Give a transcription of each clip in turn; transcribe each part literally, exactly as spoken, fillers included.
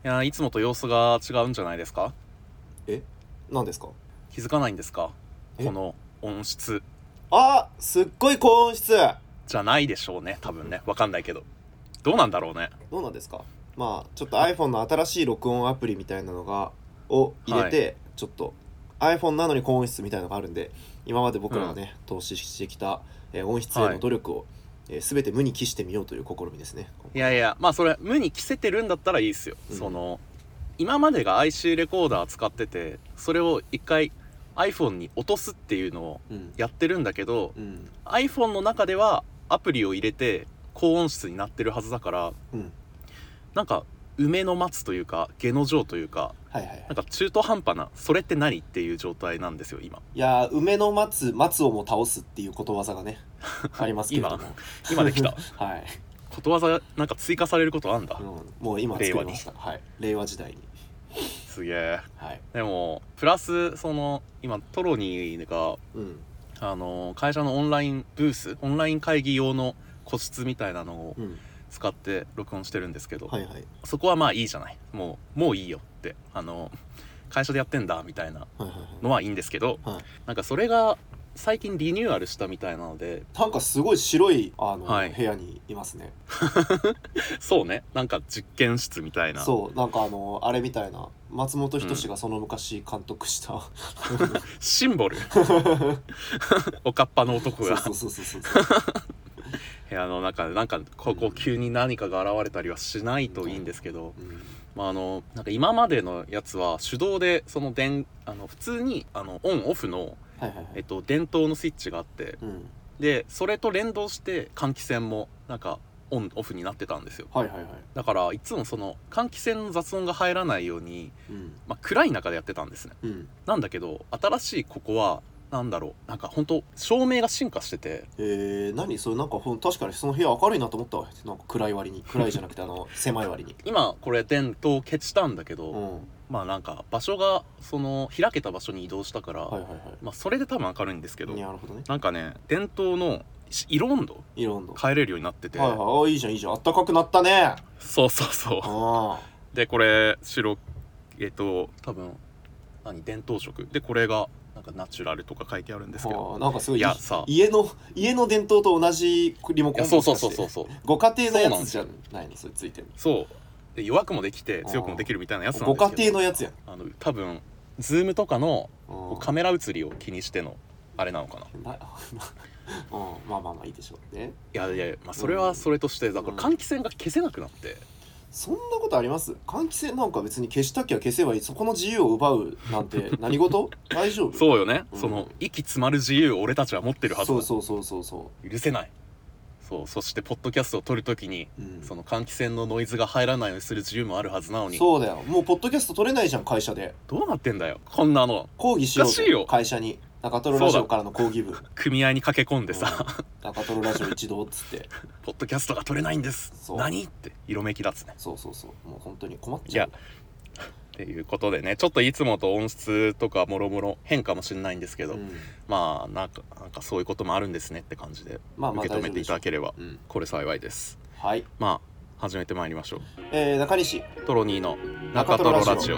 いやいつもと様子が違うんじゃないですか。 え、何ですか？ 気づかないんですか？ えこの音質あ、すっごい高音質。 じゃないでしょうね、多分ね。わかんないけどどうなんだろうね。 どうなんですか？まあちょっと iPhone の新しい録音アプリみたいなのがを入れて、はい、ちょっと iPhone なのに高音質みたいなのがあるんで、今まで僕らがね、うん、投資してきた、えー、音質への努力を、はい、えー、全て無に帰してみようという試みですね。 いやいや、まあそれ無に着せてるんだったらいいですよ、うん、その今までが アイシー レコーダー使ってて、それを一回 iPhone に落とすっていうのをやってるんだけど、うんうん、iPhone の中ではアプリを入れて高音質になってるはずだから、うん、なんか梅の松というか下の上というか、はいはいはい、なんか中途半端なそれって何っていう状態なんですよ今。 いや梅の松松をも倒すっていうことわざがねありますけれども今今できたはいことわざなんか追加されることあんだ、うん、 もう今作りました。はい、令和時代に。 すげえ、はい、でもプラスその今トロニーが、うん、あの会社のオンラインブースオンライン会議用の個室みたいなのを使って録音してるんですけど、うん、はいはい、そこはまあいいじゃない、もうもういいよってあの会社でやってんだみたいなのはいいんですけど、はいはいはい、なんかそれが最近リニューアルしたみたいなので、 なんかすごい白いあの、はい、部屋にいますねそうね、なんか実験室みたいな。 そうなんかあのあれみたいな、松本人志がその昔監督した、うん、 シンボルおかっぱの男がそうそうそうそう部屋の中でなんかここ急に何かが現れたりはしないといいんですけど、うんうん、まああのなんか今までのやつは手動でその電あの普通にあのオンオフのはいはいはい、えっと、電灯のスイッチがあって、うん、でそれと連動して換気扇もなんかオンオフになってたんですよ、はいはいはい、だからいつもその換気扇の雑音が入らないように、うんまあ、暗い中でやってたんですね、うん、なんだけど新しいここはなんだろう、なんか本当照明が進化してて、 えー、何それ、なんかほん確かにその部屋明るいなと思ったわ。なんか暗い割に暗いじゃなくてあの狭い割に今これ電灯消したんだけど、うん、まあなんか場所がその開けた場所に移動したから、はいはいはい、まあそれで多分明るいんですけど、なるほどね、なんかね電灯の色温度色温度変えれるようになってて、 はいはい、いいじゃんいいじゃん、あったかくなったね。 そうそうそうでこれ白えっと多分何電灯色で、これがなんかナチュラルとか書いてあるんですけど、 なんかすごい、いやさ家の家の電灯と同じリモコン、 そうそうそうそうそう、 ご家庭のやつじゃないのそれついてる。 そうで弱くもできて強くもできるみたいなやつなんですけど、 ご家庭のやつやん。 あの多分ズームとかのカメラ写りを気にしてのあれなのかなうん、 まあまあまあいいでしょうね。 いやいや、まあ、それはそれとして、だから換気扇が消せなくなって、うん、 そんなことあります？換気扇なんか別に消したきゃ消せばいい、そこの自由を奪うなんて何事大丈夫？ そうよね、うん、その息詰まる自由を俺たちは持ってるはずだ。 そうそうそうそうそう、 許せない。そう、そしてポッドキャストを撮るときに、うん、その換気扇のノイズが入らないようにする自由もあるはずなのに。 そうだよ、もうポッドキャスト撮れないじゃん会社で。 どうなってんだよこんなの。 抗議しようぜ会社に、中トロラジオからの抗議部組合に駆け込んでさ、 うん、中トロラジオ一同っつってポッドキャストが撮れないんです、何って色めき立つね。 そうそうそう、もう本当に困っちゃう。いやっていうことでね、ちょっといつもと音質とかもろもろ変かもしれないんですけど、うん、まあなんかなんかそういうこともあるんですねって感じで受け止めていただければこれ幸いです、うん、はい、まあ始めてまいりましょう。 えー、中西トロニーの中トロラジオ。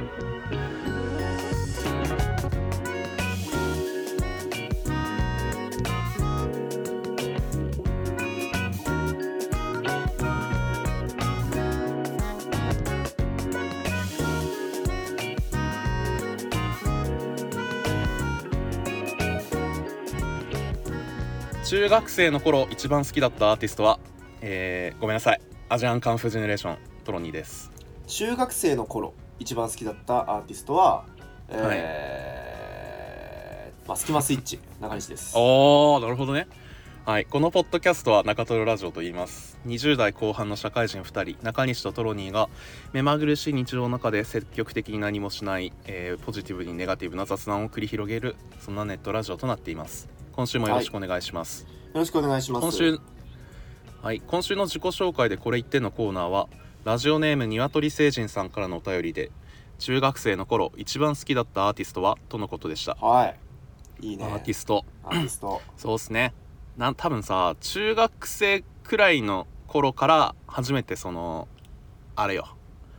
中学生の頃一番好きだったアーティストは、えー、ごめんなさい、アジアンカンフージェネレーショントロニーです。 中学生の頃一番好きだったアーティストは、えーはいまあ、スキマスイッチ中西です。 おー、なるほどね。はい、このポッドキャストは中トロラジオと言います。にじゅう代後半の社会人ふたり、中西とトロニーが目まぐるしい日常の中で積極的に何もしない、えー、ポジティブにネガティブな雑談を繰り広げる、そんなネットラジオとなっています。今週もよろしくお願いします、はい、 よろしくお願いします。 今週、はい、今週の自己紹介でこれ言ってのコーナーはラジオネームにわとり星人さんからのお便りで、中学生の頃一番好きだったアーティストはとのことでした。 はい、いいね。 アーティストアーティストそうっすね、なん多分さ中学生くらいの頃から初めてそのあれよ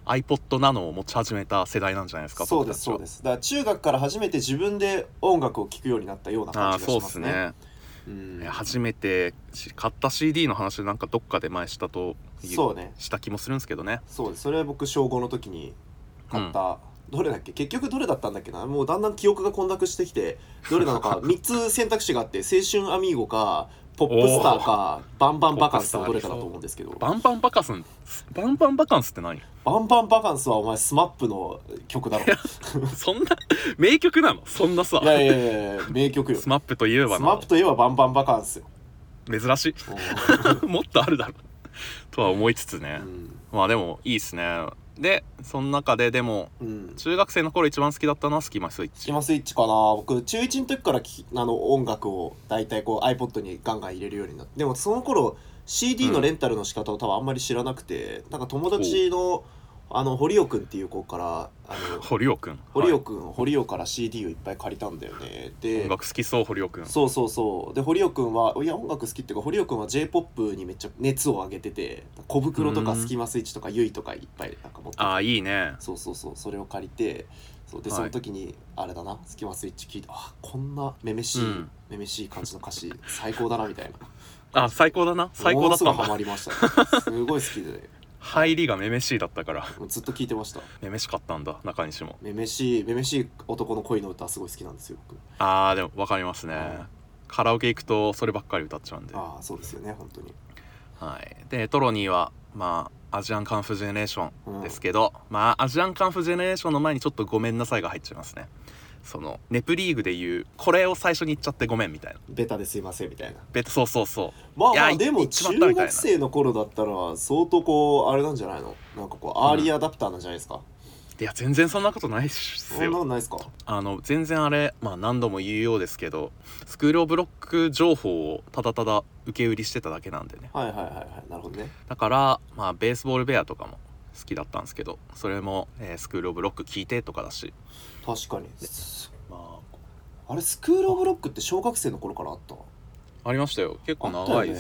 iPod Nano を持ち始めた世代なんじゃないですか。 そうですそうです。だから中学から初めて自分で音楽を聴くようになったような感じがしますね。 あ、そうですね。うん、初めて買った シーディー の話なんかどっかで前したとそうねした気もするんですけどね。 そうです。それは僕小ごの時に買った、うん、どれだっけ、結局どれだったんだっけな、もうだんだん記憶が混濁してきてどれなのかみっつ選択肢があって、青春アミーゴかポップスターかバンバンバカンスのどれかだと思うんですけど。 バンバンバカンスバンバンバカンスって何？ バンバンバカンスはお前スマップの曲だろ。 そんな名曲なの？そんなさ。 いやいやいやいや名曲よ。 スマップといえばな。 スマップといえばバンバンバカンスよ。 珍しい。もっとあるだろうとは思いつつね、うん、まあでもいいっすね。でその中ででも、うん、中学生の頃一番好きだったのはスキマスイッチ。 スキマスイッチかな。僕中いちの時からきあの音楽をだいたいこう iPod にガンガン入れるようになって、でもその頃 シーディー のレンタルの仕方を多分あんまり知らなくて、うん、なんか友達のあの堀尾くんっていう子からあの堀尾くん堀尾くん、はい、堀尾から シーディー をいっぱい借りたんだよね。で音楽好きそう堀尾くん。 そうそうそう。で堀尾くんはいや音楽好きっていうか堀尾くんは J-ポップ にめっちゃ熱を上げてて、小袋とかスキマスイッチとかユイとかいっぱいなんか持ってて、 ああいいね。 そうそうそう、それを借りて、そうで、はい、その時にあれだな、スキマスイッチ聞いて、あこんなめめしい、うん、めめしい感じの歌詞最高だなみたいな。あ最高だな、最高だったんだ。 ものすごいハマりました、ね、すごい好きで、ね、 入りがめめしいだったからずっと聞いてました。 めめしかったんだ。中西もめめしいめめしい男の恋の歌すごい好きなんですよ僕。 あーでも分かりますね、うん、カラオケ行くとそればっかり歌っちゃうんで。 ああそうですよね本当に。 はい。でトロニーはまあアジアンカンフージェネレーションですけど、うん、まあアジアンカンフージェネレーションの前にちょっとごめんなさいが入っちゃいますね。そのネプリーグでいうこれを最初に言っちゃってごめんみたいな、 ベタですいませんみたいな。 ベタそうそうそう。 まあまあでも中学生の頃だったら相当こうあれなんじゃないの、なんかこうアーリーアダプターなんじゃないですか、 うん、いや全然そんなことないっすよ。 そんなことないですか。 あの全然あれまあ何度も言うようですけどスクールオブロック情報をただただ受け売りしてただけなんでね。 はいはいはいはいなるほどね。 だからまあベースボールベアとかも好きだったんですけど、それも、えー、スクールオブロック聞いてとかだし。 確かに。まああれスクールオブロックって小学生の頃からあった？ ありましたよ。結構長いです、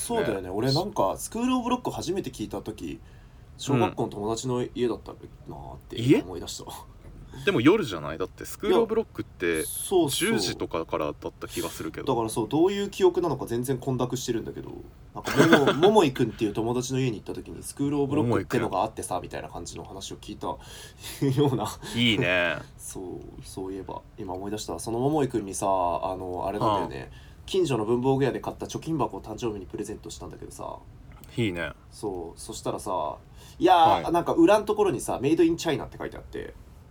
ね、そうだよね。俺なんかスクールオブロック初めて聞いた時小学校の友達の家だったなって思い出した、 うん、でも夜じゃない？だってスクールオブロックってじゅうじとかからだった気がするけど。 だからそうどういう記憶なのか全然混濁してるんだけど、なんかももももいくんっていう友達の家に行った時にスクールオブロックってのがあってさみたいな感じの話を聞いたような。 いいね。 そうそういえば今思い出した。そのももいくんにさあのあれなんだよね、はあ、近所の文房具屋で買った貯金箱を誕生日にプレゼントしたんだけどさ。 いいね。 そうそしたらさいやー、はい、なんか裏のところにさメイドインチャイナって書いてあって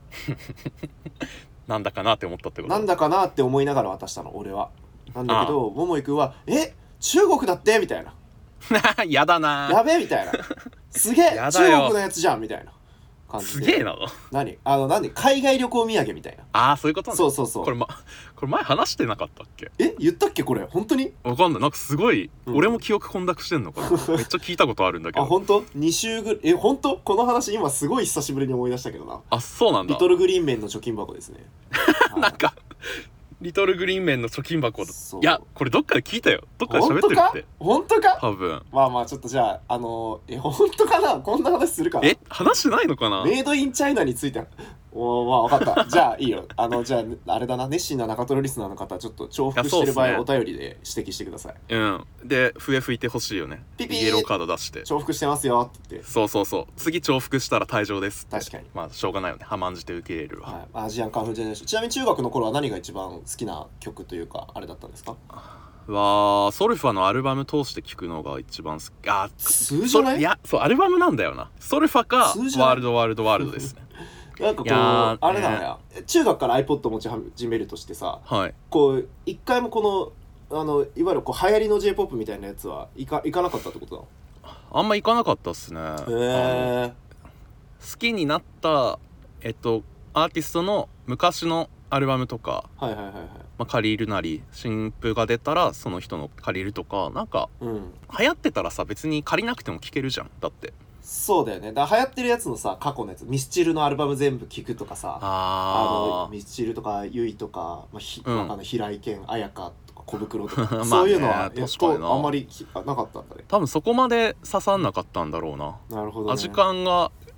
なんだかなって思ったってこと？ なんだかなって思いながら渡したの俺は。なんだけどももいくんはえ中国だってみたいなやだなやべえみたいなすげえ中国のやつじゃんみたいな感じで。 すげえなの何あの何海外旅行土産みたいな。 ああそういうことね。 そうそうそう。 これ、ま、これ前話してなかったっけ？ え言ったっけこれ本当にわかんない。なんかすごい、うん、俺も記憶混濁してんのかなめっちゃ聞いたことあるんだけど。 あ本当に週ぐえ本当この話今すごい久しぶりに思い出したけどな。 あそうなんだ。 リトルグリーンメンの貯金箱ですね。 なんかリトルグリーンメンの貯金箱。いやこれどっかで聞いたよ。どっかで喋ってるって。 本当か多分。 まあまあちょっとじゃああのー、え本当かなこんな話するかな。 え話してないのかな。 メイドインチャイナについておまあ分かったじゃあいいよ。あのじゃああれだな熱心な中トロリスナーの方ちょっと重複してる場合、ね、お便りで指摘してください。 うんで笛吹いてほしいよね。ピピーイエローカード出して重複してますよって言って。 そうそうそう次重複したら退場ですって。 確かにまあしょうがないよね。甘んじて受け入れるわ、 はい、アジアンカンフージェネレーション。ちなみに中学の頃は何が一番好きな曲というかあれだったんですか？ はソルファのアルバム通して聴くのが一番好き。あ通じゃない？ いやそうアルバムなんだよな。ソルファかワールドワールドワールドですねなんかこうあれだよ、ね、中学から iPod 持ち始めるとしてさ、はい、こう一回もこのあのいわゆるこう流行りの J-ポップ みたいなやつはいかいかなかったってことなの？ あんま行かなかったっすね。へー好きになったえっとアーティストの昔のアルバムとか、 はいはいはいはい、 まあ、借りるなり新譜が出たらその人の借りるとかなんか、うん、流行ってたらさ別に借りなくても聴けるじゃん。だってそうだよね。だから流行ってるやつのさ過去のやつミスチルのアルバム全部聴くとかさ、あのミスチルとかユイとか、まあひうん、あの平井堅彩香とか小袋とかそういうのは確かになあんまりなかったんだね。 多分そこまで刺さんなかったんだろうな。 なるほど、ね、 時間が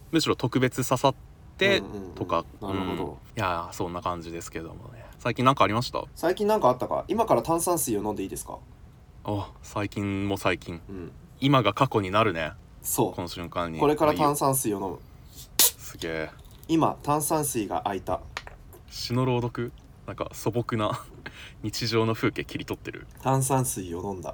むしろ特別刺さってとか、 うんうんうん、なるほど、うん、いやそんな感じですけどもね。最近なんかありました？ 最近なんかあったか。今から炭酸水を飲んでいいですか？ あ、最近も最近、 うん、 今が過去になるね。 そう、 この瞬間にこれから炭酸水を飲む。 すげえ。 今炭酸水が空いた。 詩の朗読、なんか素朴な日常の風景切り取ってる。 炭酸水を飲んだ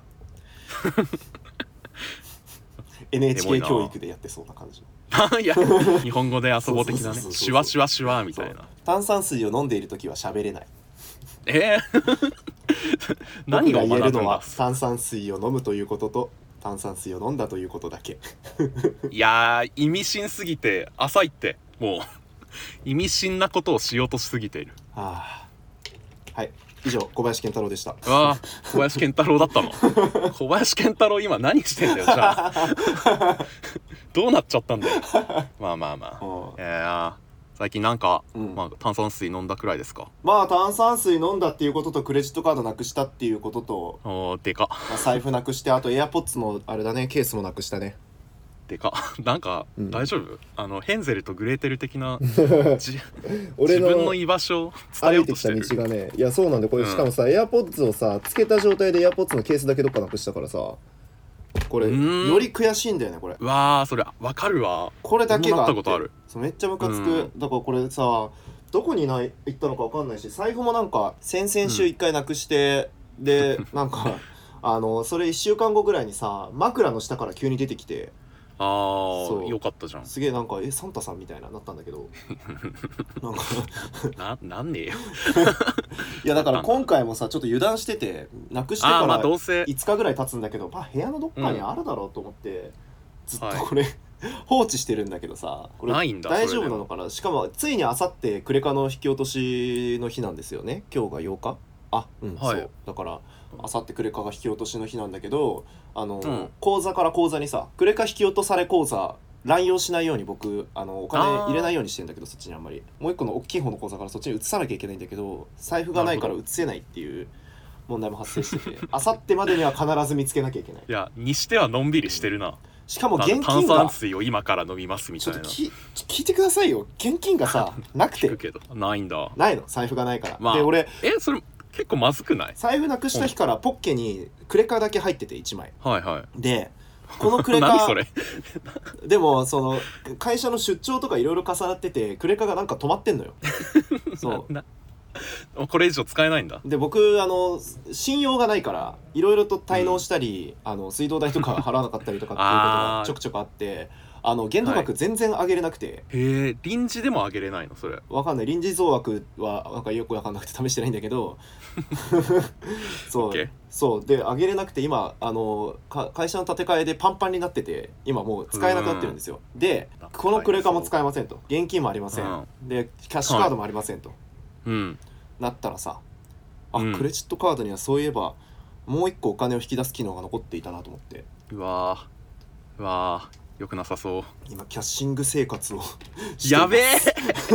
エヌエイチケー 教育でやってそうな感じいや日本語で遊ぼう的なね、シュワシュワシュワみたいな。 炭酸水を飲んでいる時は喋れない。 えー、何を学ぶんだ。僕が言えるのは炭酸水を飲むということと炭酸水を飲んだということだけいやー意味深すぎて浅いって。もう意味深なことをしようとしすぎている。 はあ、はい、以上小林健太郎でした。 ああ、小林健太郎だったの。小林健太郎今何してんだよじゃあどうなっちゃったんだよ。まあまあまあ、えー、最近なんか、うん、まあ、炭酸水飲んだくらいですか？ まあ炭酸水飲んだっていうこととクレジットカードなくしたっていうことと、 おでか、 まあ、財布なくして、あとエアポッツのあれだね、ケースもなくしたね。 でかなんか、うん、大丈夫？あのヘンゼルとグレーテル的なじ俺の自分の居場所を伝えようとしてる。 歩いてきた道がね、いやそうなんでこれ、うん、しかもさエアポッツをさつけた状態でエアポッツのケースだけどっかなくしたからさ、これより悔しいんだよねこれ。 うわーそれわかるわ。 これだけがあってなったことある。 めっちゃムカつく、うん、だからこれさどこにない行ったのかわかんないし、財布もなんか先々週いっかいなくして、うん、でなんかあのそれいっしゅうかんごぐらいにさ枕の下から急に出てきて、 あーよかったじゃん。 すげえなんかえサンタさんみたいななったんだけどなんかななんねえよいやだから今回もさちょっと油断しててなくしてからいつかぐらい経つんだけど、まあ部屋のどっかにあるだろうと思って、うん、ずっとこれ、はい、放置してるんだけどさ、これ大丈夫なのかな。しかもついにあさってクレカの引き落としの日なんですよね。今日がようか、あうん、はい、そうだからあさってクレカが引き落としの日なんだけど、あの、うん、口座から口座にさクレカ引き落とされ口座乱用しないように僕あのお金入れないようにしてんだけど、そっちにあんまりもう一個の大きい方の口座からそっちに移さなきゃいけないんだけど、財布がないから移せないっていう問題も発生しててあさってまでには必ず見つけなきゃいけない。 いやにしてはのんびりしてるな、うん、 しかも現金が炭酸水を今から飲みますみたいな。 ちょっと聞いてくださいよ、現金がさなくて聞くけどないんだ。 ないの、財布がないから、 まあ、で俺えそれ結構まずくない？財布なくした日からポッケにクレカだけ入ってていちまい、 はいはい、 でこのクレカ何それでもその会社の出張とかいろいろ重なっててクレカがなんか止まってんのよそうななこれ以上使えないんだ。 で僕あの信用がないからいろいろと滞納したり、うん、あの水道代とか払わなかったりとかっていうことがちょくちょくあってあの限度額全然上げれなくて、はい、 へえ臨時でも上げれないのそれ？ わかんない、臨時増額はなんかよくわかんなくて試してないんだけどそう、okay. そうで上げれなくて今あの会社の建て替えでパンパンになってて今もう使えなくなってるんですよ。でこのクレカも使えませんと、現金もありません、うん、でキャッシュカードもありませんと、 はい、 なったらさあ、うん、クレジットカードにはそういえばもう一個お金を引き出す機能が残っていたなと思って、 うわーうわーよくなさそう。 今キャッシング生活をやべえ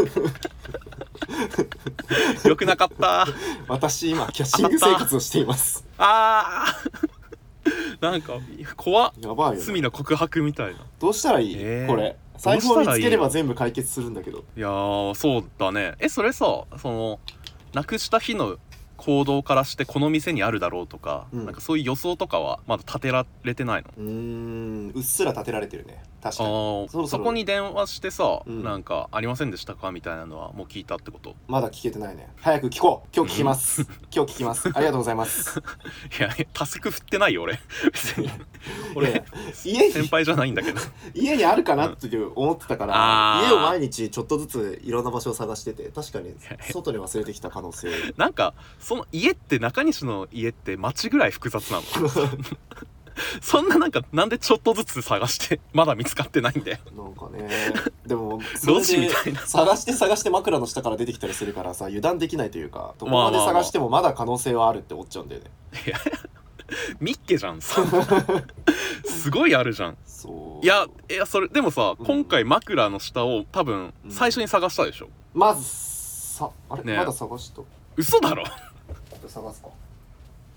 よくなかった私今キャッシング生活をしています。 あーなんか怖っ、 やばいよ、ね、 罪の告白みたいな。 どうしたらいい、えー、これ財布を見つければ全部解決するんだけど。 いやーそうだね。えそれさそのなくした日の行動からしてこの店にあるだろうとか、うん、なんかそういう予想とかはまだ立てられてないの？ うーんうっすら立てられてるね。確かに。 あそろそろそこに電話してさ、うん、なんかありませんでしたかみたいなのはもう聞いたってこと？ まだ聞けてないね。早く聞こう。今日聞きます、うん、今日聞きます。ありがとうございますいやタスク振ってないよ俺別に俺家先輩じゃないんだけど家にあるかなって思ってたから、うん、家を毎日ちょっとずついろんな場所を探してて、確かに外に忘れてきた可能性なんかその家って中西の家って町ぐらい複雑なのそんななんかなんでちょっとずつ探してまだ見つかってないんだよ。なんかねでもそれで探して探して枕の下から出てきたりするからさ油断できないというか、どこまで探してもまだ可能性はあるって思っちゃうんだよね。 いやミッケじゃんさすごいあるじゃん。そういやいやそれでもさ、うん、今回枕の下を多分最初に探したでしょ、 うん、まずさあれ、ね、まだ探した。 嘘だろ探すか。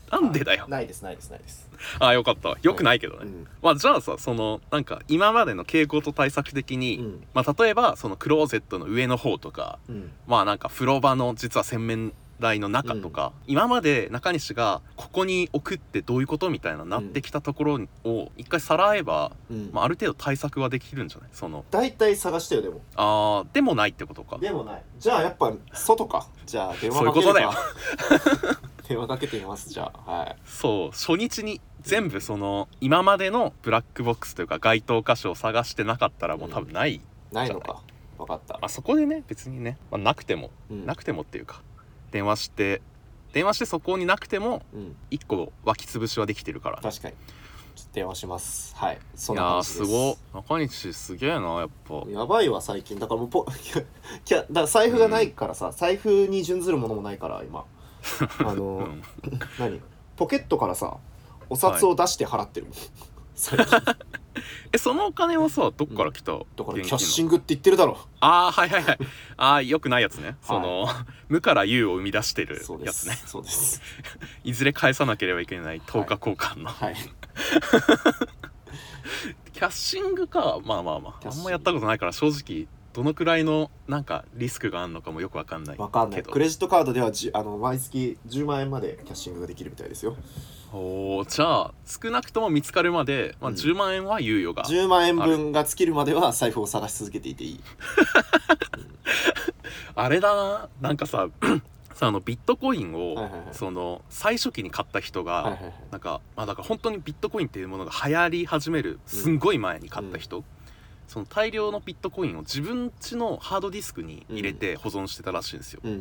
なんでだよ。 ないですないですないですああよかったよくないけどね、 うん、 まあじゃあさそのなんか今までの傾向と対策的に、うん、まあ例えばそのクローゼットの上の方とか、うん、まあなんか風呂場の実は洗面台の中とか、うん、今まで中西がここに置くってどういうことみたいななってきたところを一回さらえば、うん、まあ、ある程度対策はできるんじゃないその大体探してよでもあーでもないってことかでもないじゃあやっぱ外かじゃあ電話かけるかそういうことだよ電話かけてみますじゃあはいそう初日に全部その今までのブラックボックスというか該当箇所を探してなかったらもう多分ないじゃない、 ないのか分かった、 まあ、そこでね別にね、まあ、なくても、うん、なくてもっていうか電話して電話してそこになくてもいっこ湧き潰しはできてるから、ね、 確かに電話しますはいそんな感じです。 いやーすご中西すげえなやっぱやばいわ最近だからもうポキャだから財布がないからさ、うん、財布に準ずるものもないから今あの、うん、何ポケットからさお札を出して払ってるもん、はい、最近えそのお金はさどっから来た、うん、 だからキャッシングって言ってるだろああはいはいはいああよくないやつね、はい、その無から有を生み出してるやつねそうですいずれ返さなければいけない等価交換の、はい、はいキャッシングかまあまあまああんまやったことないから正直どのくらいのなんかリスクがあるのかもよくわかんないけどわかんないクレジットカードではじあの毎月じゅうまんえんまでキャッシングができるみたいですよおじゃあ少なくとも見つかるまで、まあ、じゅうまんえんは猶予が、うん、 じゅうまんえん分が尽きるまでは財布を探し続けていていい、うん、 あれだななんかささあのビットコインを、はいはいはい、その最初期に買った人が、はいはいはい、なんかまあだから本当にビットコインっていうものが流行り始めるすんごい前に買った人、うん、その大量のビットコインを自分家のハードディスクに入れて保存してたらしいんですよ、うん、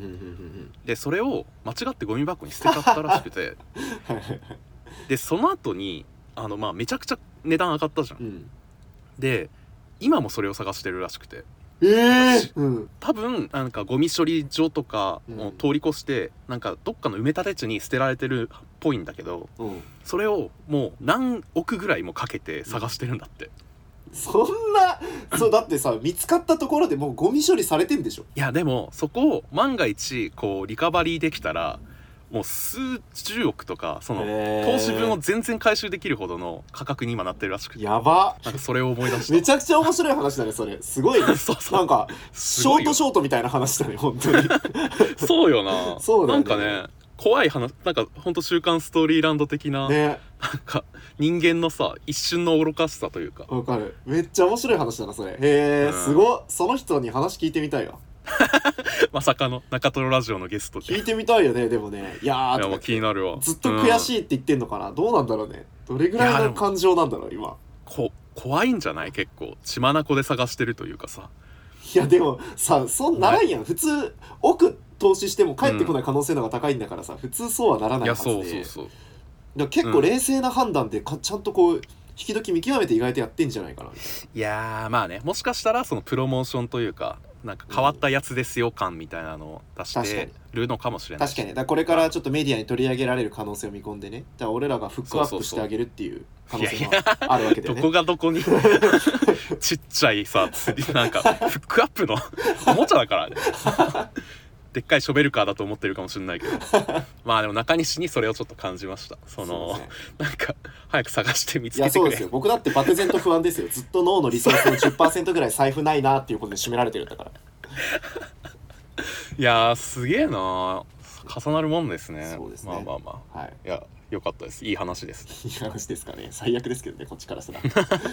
でそれを間違ってゴミ箱に捨てちゃったらしくてでその後にあのまあめちゃくちゃ値段上がったじゃん、うん、で今もそれを探してるらしくてえーうん、 多分なんかゴミ処理場とかを通り越して、うん、なんかどっかの埋め立て地に捨てられてるっぽいんだけど、うん、それをもう何億ぐらいもかけて探してるんだって、 うん、そんなそうだってさ見つかったところでもうゴミ処理されてんでしょ。 いやでもそこを万が一こうリカバリーできたらもう数十億とかその投資分を全然回収できるほどの価格に今なってるらしくてやばなんかそれを思い出しためちゃくちゃ面白い話だねそれすごいねそうそうなんかショートショートみたいな話だね本当にそうよなそうだねなんかね怖い話なんかほんと週刊ストーリーランド的な、ね、なんか人間のさ一瞬の愚かしさというかわかるめっちゃ面白い話だなそれへえ、うん、すごっその人に話聞いてみたいわまさかの中トロラジオのゲストで聞いてみたいよねでもねいやーいやもう気になるわずっと悔しいって言ってんのかな、うん、どうなんだろうねどれぐらいの感情なんだろう今こ怖いんじゃない結構血眼で探してるというかさいやでもさそうならんやん、はい、普通億投資しても返ってこない可能性の方が高いんだからさ、うん、普通そうはならないはずでいやそうそうそうだから結構冷静な判断でか、うん、ちゃんとこう引き時見極めて意外とやってんじゃないかなみたいないやーまあねもしかしたらそのプロモーションというかなんか変わったやつですよ感みたいなのを出してるのかもしれない確かにだからこれからちょっとメディアに取り上げられる可能性を見込んでねだから俺らがフックアップしてあげるっていう可能性もあるわけだよねどこがどこにちっちゃいさなんかフックアップのおもちゃだからねでっかいショベルカーだと思ってるかもしれないけどまあでも中西にそれをちょっと感じましたそのそ、ね、なんか早く探して見つけてくれいやそうですよ僕だって漠然と不安ですよずっと脳のリソースの じゅっパーセント ぐらい財布ないなっていうことで占められてるんだからいやーすげえな重なるもんですねそうですねまあまあまあ、はい、いやよかったですいい話ですいい話ですかね最悪ですけどねこっちからしたら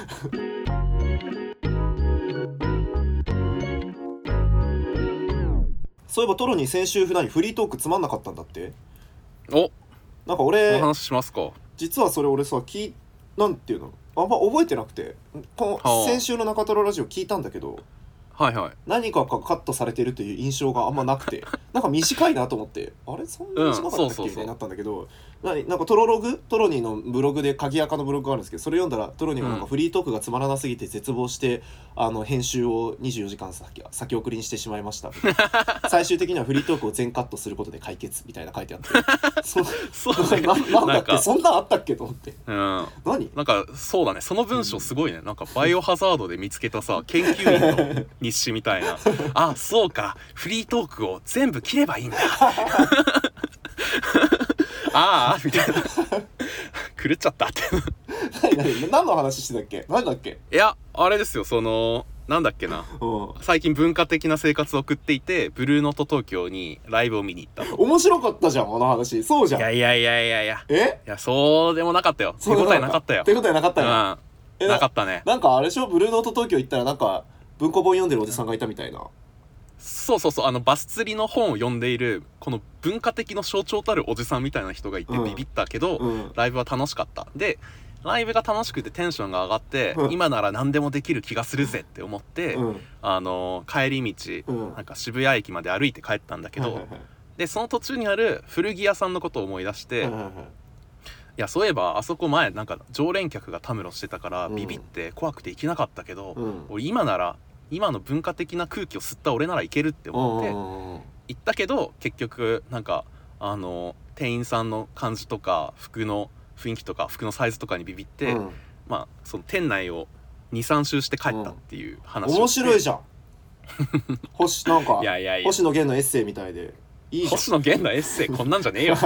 そういえばトロに先週フリートークつまんなかったんだっておなんか俺この話しますか実はそれ俺さ聞なんていうのあんま覚えてなくてこの先週の中トロラジオ聞いたんだけどはいはい何かがカットされてるという印象があんまなくてなんか短いなと思ってあれそんな短かったっけ、うん、みたいになったんだけど何なんかトロログトロニーのブログで鍵垢のブログがあるんですけどそれ読んだらトロニーがなんかフリートークがつまらなすぎて絶望して、うん、あの編集をにじゅうよじかん先先送りにしてしまいました最終的にはフリートークを全カットすることで解決みたいな書いてあってそそうな, なんだっけそんなんあったっけと思って、 うん、 何なんかそうだねその文章すごいね、うん、なんかバイオハザードで見つけたさ研究員の日誌みたいなあそうかフリートークを全部切ればいいんだああみたいな狂っちゃったって何何何の話してたっけ、何だっけ。 いやあれですよ、そのなんだっけな、 うん最近文化的な生活を送っていてブルーノート東京にライブを見に行ったと。 面白かったじゃんあの話。そうじゃん。 いやいやいやいやいやえいやそうでもなかったよ。手応えなかったよ。 手応えなかったよ、 うんえなかったね。 なんかあれでしょ、ブルーノート東京行ったらなんか文庫本読んでるおじさんがいたみたいな。 そうそうそう、あのバス釣りの本を読んでいるこの文化的の象徴たるおじさんみたいな人がいてうんビビったけど、 うんライブは楽しかった。でライブが楽しくてテンションが上がって、 うん今なら何でもできる気がするぜって思って、 うんあの帰り道、 うんなんか渋谷駅まで歩いて帰ったんだけど、 はいはいはいでその途中にある古着屋さんのことを思い出して、 はいはいはいいやそういえばあそこ前なんか常連客がたむろしてたからうんビビって怖くて行けなかったけど、 うん俺今なら今の文化的な空気を吸った俺ならいけるって思ってうんうんうん行ったけど、結局なんかあの店員さんの感じとか服の雰囲気とか服のサイズとかにビビって、 うんまあその店内を にさん周して帰ったっていう話をして、 面白いじゃん星なんかいやいやいや星野源のエッセイみたいでいいじゃん。 星野源のエッセイこんなんじゃねえよ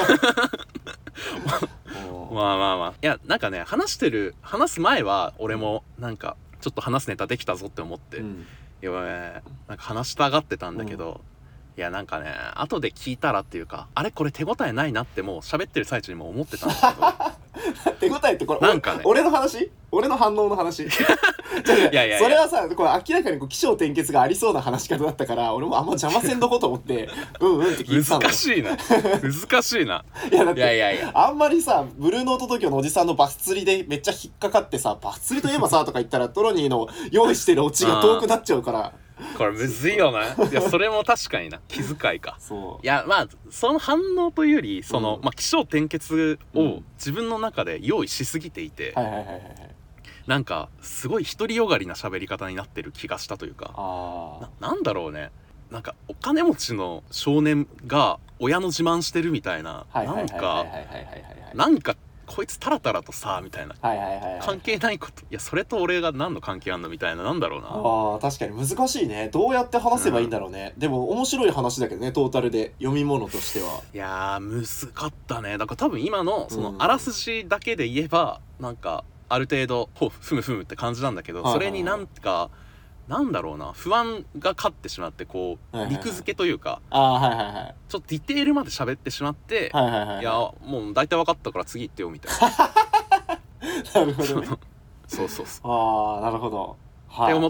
まあまあまあいやなんかね話してる話す前は俺もなんかちょっと話すネタできたぞって思って、 うんいやなんか話したがってたんだけど、いやなんかね後で聞いたらっていうかあれこれ手応えないなってもう喋ってる最中にも思ってたんだ手応えってこれなんかね俺の話俺の反応の話いやいやいやそれはさこれ明らかにこう起承転結がありそうな話し方だったから俺もあんま邪魔せんどこうと思ってうんうんって聞いてたの。 難しいな難しいないやだっていやいやいやあんまりさブルーノート東京のおじさんのバス釣りでめっちゃ引っかかってさバス釣りといえばさとか言ったらトロニーの用意してるオチが遠くなっちゃうからこれむずいよないやそれも確かにな気遣いか。 そういやまあその反応というよりその、 うんまあ起承転結をうん自分の中で用意しすぎていて、 はいはいはいはいはいなんかすごい独りよがりな喋り方になってる気がしたというか、 あななんだろうね、なんかお金持ちの少年が親の自慢してるみたいな、 あはいはいなんかはいはいはいはいはいなんかこいつタラタラとさみたいなはいはいはいはい関係ないこと、いやそれと俺が何の関係あんのみたいな、なんだろうな。 あー確かに難しいね。どうやって話せばいいんだろうね、でも面白い話だけどねトータルで読み物としては。 いやーむずかったね。だから多分今のそのうんあらすじだけで言えばなんかある程度ほうふむふむって感じなんだけど、 はいはいはいそれになんかなんだろうな、不安が勝ってしまってこうはいはいはい肉付けというかああはいはいはいちょっとディテールまで喋ってしまって、 はいはいはいいやもう大体分かったから次行ってよみたいななるほどねそうそうそうああなるほどはいって思って、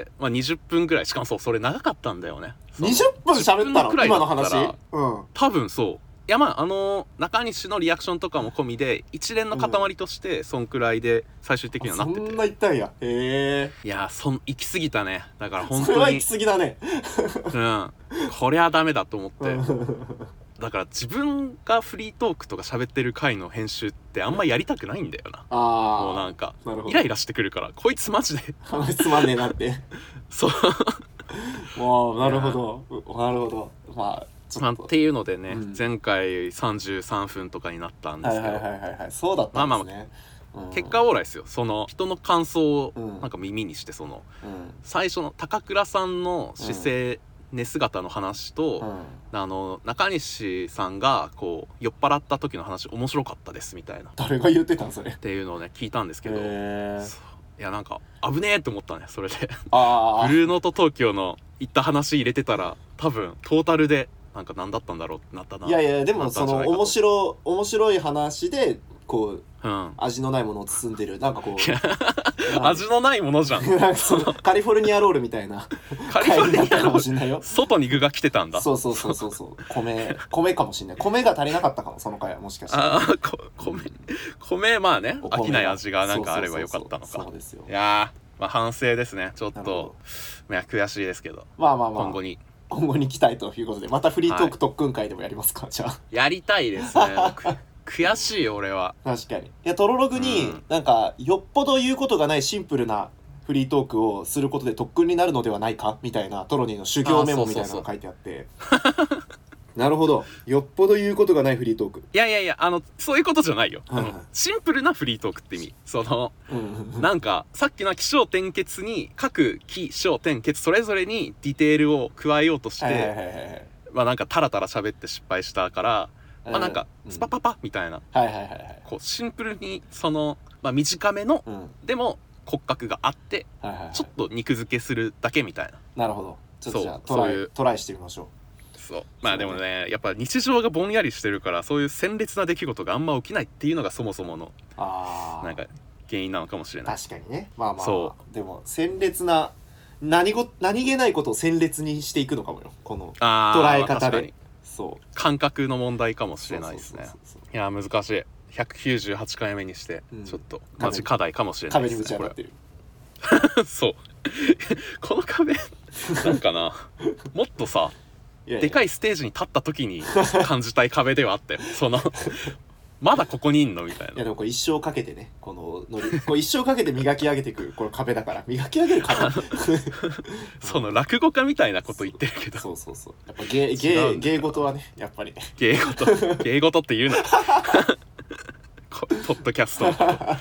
まあ、にじゅっぷんぐらい、しかもそうそれ長かったんだよね。そうにじゅっぷん喋ったのじゅっぷんくらいだ今のったら話うん多分そういやまああの中西のリアクションとかも込みで一連の塊としてそんくらいで最終的にはなってて、 そんな言ったんやへいやそん行き過ぎたね。だからえ本当にそれは行き過ぎだねうんこりゃダメだと思ってうんだから自分がフリートークとか喋ってる回の編集ってあんまやりたくないんだよな。もうなあんかあなるほどイライラしてくるからこいつマジで話つまんねえなってそうもうなるほどうなるほどまあちょっとまあっていうのでね、 うん前回さんじゅうさんぷんとかになったんではいすけど、 はいはいはいはいそうだったんですねうん結果オーライですよ。その人の感想をうんなんか耳にして、そのうん最初の高倉さんの姿勢、寝姿の話と、 うんあの中西さんがこう酔っ払った時の話面白かったですみたいなっ誰が言ってたんそれていうのをね聞いたんですけど、 へえそういやなんか危ねえと思ったねそれでああブルーノート東京の言った話入れてたら多分トータルでなんか何だったんだろうってなったな。 いやいやでなもそのったんじゃないかと面白面白い話でこううん味のないものを包んでるなんかこいやう味のないものじゃんなんかそのカリフォルニアロールみたいなカリフォルニア回だったかのもしんないよ外に具が来てたんだ。 そうそうそうそうそう米米かもしんない米が足りなかったかもその回はもしかしてああこ米米まあねお米が飽きない味がなんかあればよかったのか。 そうそうそうそうですよいやー、まあ、反省ですねちょっなるほどと。いや悔しいですけどまあまあまあ今後に今後に期待ということでまたフリートーク特訓会でもやりますか、じゃあやりたいですねく悔しいよ俺は。 確かにいやトロログに、 うんなんかよっぽど言うことがないシンプルなフリートークをすることで特訓になるのではないかみたいなトロニーの修行メモみたいなのが書いてあってなるほどよっぽど言うことがないフリートークいやいやいやあのそういうことじゃないよ、 はいはいあのシンプルなフリートークって意味。そのうんうんうんなんかさっきの起承転結に各起承転結それぞれにディテールを加えようとして、 はいはいはいはいまあなんかタラタラ喋って失敗したからあなんかスパパパみたいな、 はいはいはいはい、 こうシンプルにその、まあ、短めの、うん、でも骨格があって、はいはいはい、ちょっと肉付けするだけみたいな。 なるほど、ちょっとじゃあトライトライしてみましょう。そうまあでもねやっぱ日常がぼんやりしてるからそういう鮮烈な出来事があんま起きないっていうのがそもそものあなんか原因なのかもしれない。 確かにね。まあまあ、そうでも鮮烈な何ご何気ないことを鮮烈にしていくのかもよ、この捉え方で。そう感覚の問題かもしれないですね。いや難しい。ひゃくきゅうじゅうはちかいめにしてちょっとマジ課題かもしれないですね。 壁にぶち当たってるそうこの壁なんかなもっとさいやいやでかいステージに立った時に感じたい壁ではあってそのまだここにいんのみたいな。 いやでもこれ一生かけてね、こののりこれ一生かけて磨き上げていくこれ壁だから磨き上げる壁その落語家みたいなこと言ってるけど、 そうそうそう、やっぱ芸芸芸事はねやっぱりね芸事芸事って言うなポッドキャスト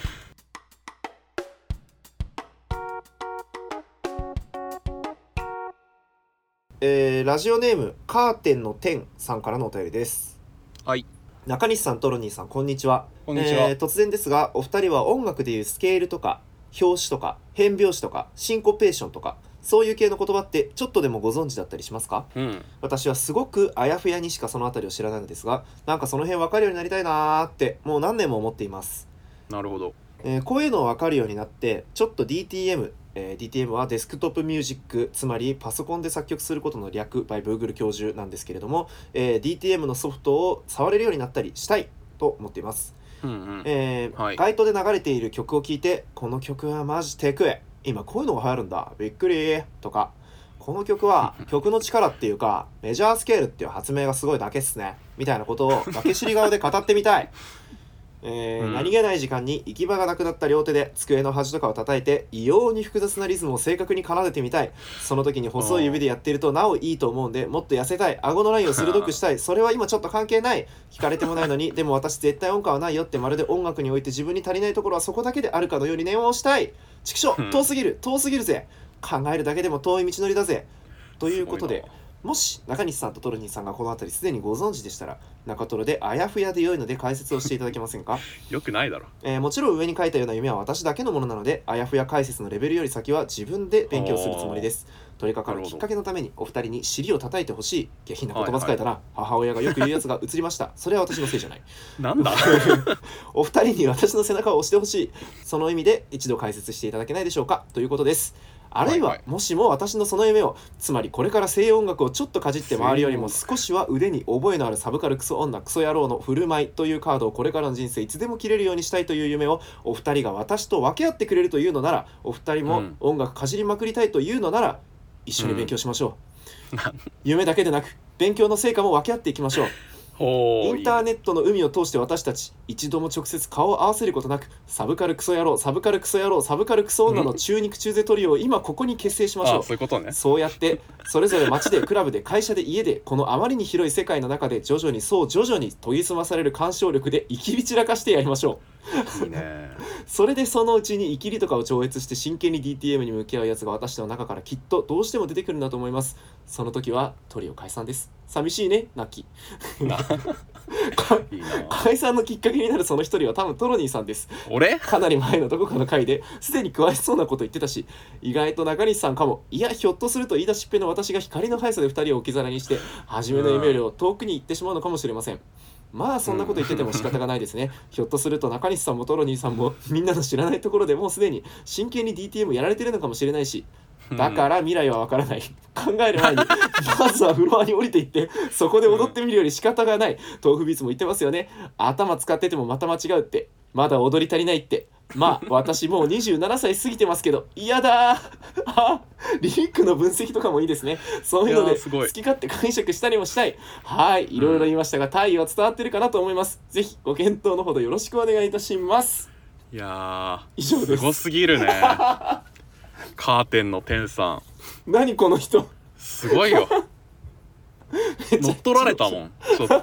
えー、ラジオネームカーテンの天さんからのお便りです。 はい。 中西さん、トロニーさん、こんにちは。 こんにちは。 えー、突然ですが、お二人は音楽でいうスケールとか拍子とか変拍子とかシンコペーションとかそういう系の言葉ってちょっとでもご存知だったりしますか？ うん、 私はすごくあやふやにしかそのあたりを知らないのですが、なんかその辺分かるようになりたいなーってもう何年も思っています。 なるほど。 えー、こういうの分かるようになってちょっと ディーティーエムえー、ディーティーエム はデスクトップミュージック、つまりパソコンで作曲することの略 by Google 教授なんですけれども、えー、ディーティーエム のソフトを触れるようになったりしたいと思っています。 うんうんえーはい、 ガイドで流れている曲を聴いて、この曲はマジテクエ、今こういうのが流行るんだ、びっくりとか、この曲は曲の力っていうかメジャースケールっていう発明がすごいだけっすねみたいなことを負け知り顔で語ってみたい。えーうん、何気ない時間に行き場がなくなった両手で机の端とかを叩いて異様に複雑なリズムを正確に奏でてみたい。その時に細い指でやっているとなおいいと思うんで、もっと痩せたい、顎のラインを鋭くしたい。それは今ちょっと関係ない、聞かれてもないのにでも私絶対音感はないよって、まるで音楽において自分に足りないところはそこだけであるかのように念を押したい。ちくしょう、遠すぎる遠すぎるぜ、考えるだけでも遠い道のりだぜ。ということで、もし中西さんとトロニーさんがこの辺りすでにご存知でしたら、中トロであやふやで良いので解説をしていただけませんか？ よくないだろ、 えー、もちろん上に書いたような夢は私だけのものなので、あやふや解説のレベルより先は自分で勉強するつもりです。取り掛かるきっかけのためにお二人に尻を叩いてほしい。下品な言葉遣いだな、はいはい、母親がよく言うやつが映りました。それは私のせいじゃない。 なんだお二人に私の背中を押してほしい。その意味で一度解説していただけないでしょうか、ということです。あるいは、はいはい、もしも私のその夢を、つまりこれから西洋音楽をちょっとかじって回るよりも少しは腕に覚えのあるサブカルクソ女クソ野郎の振る舞いというカードをこれからの人生いつでも切れるようにしたいという夢をお二人が私と分け合ってくれるというのなら、お二人も音楽かじりまくりたいというのなら、一緒に勉強しましょう、うん、夢だけでなく勉強の成果も分け合っていきましょう。インターネットの海を通して私たち一度も直接顔を合わせることなく、サブカルクソ野郎サブカルクソ野郎サブカルクソ女の中肉中背トリオを今ここに結成しましょう。 ああ、そういうことね。 そうやってそれぞれ街でクラブで会社で家で、このあまりに広い世界の中で徐々にそう徐々に研ぎ澄まされる鑑賞力で生きり散らかしてやりましょう。いいね。 それでそのうちに生きりとかを超越して真剣に ディーティーエム に向き合うやつが私の中からきっとどうしても出てくるんだと思います。その時はトリオ解散です。寂しいね、ナッキいいな解散のきっかけになるその一人は多分トロニーさんです。 俺かなり前のどこかの回ですでに詳しそうなこと言ってたし、意外と中西さんかも。いや、ひょっとすると言い出しっぺの私が光の速さでふたりを置き去りにして初めの夢よりを遠くに行ってしまうのかもしれません。まあそんなこと言ってても仕方がないですね。ひょっとすると中西さんもトロニーさんもみんなの知らないところでもうすでに真剣に ディーティーエム やられてるのかもしれないし、だから未来はわからない。考える前にまずはフロアに降りていってそこで踊ってみるより仕方がない。豆腐ビーツも言ってますよね。頭使っててもまた間違うって、まだ踊り足りないって。まあ私もうにじゅうななさい過ぎてますけど、嫌だあ、リリックの分析とかもいいですね。そういうので好き勝手解釈したりもしたい。はい、いろいろ言いましたが大意は伝わってるかなと思います。ぜひご検討のほどよろしくお願いいたします。 いやー、 以上です。 すごすぎるねカーテンの天さん、何この人、 すごいよ乗っ取られたもん。ちょっと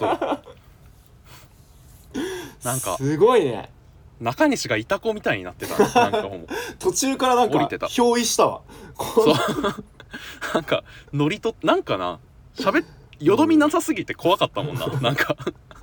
なんかすごいね。 中西がいた子みたいになってた。なんかもう途中からなんか憑依したわ。 そうなんかノリとなんかな、しゃべよどみなさすぎて怖かったもんな。なんか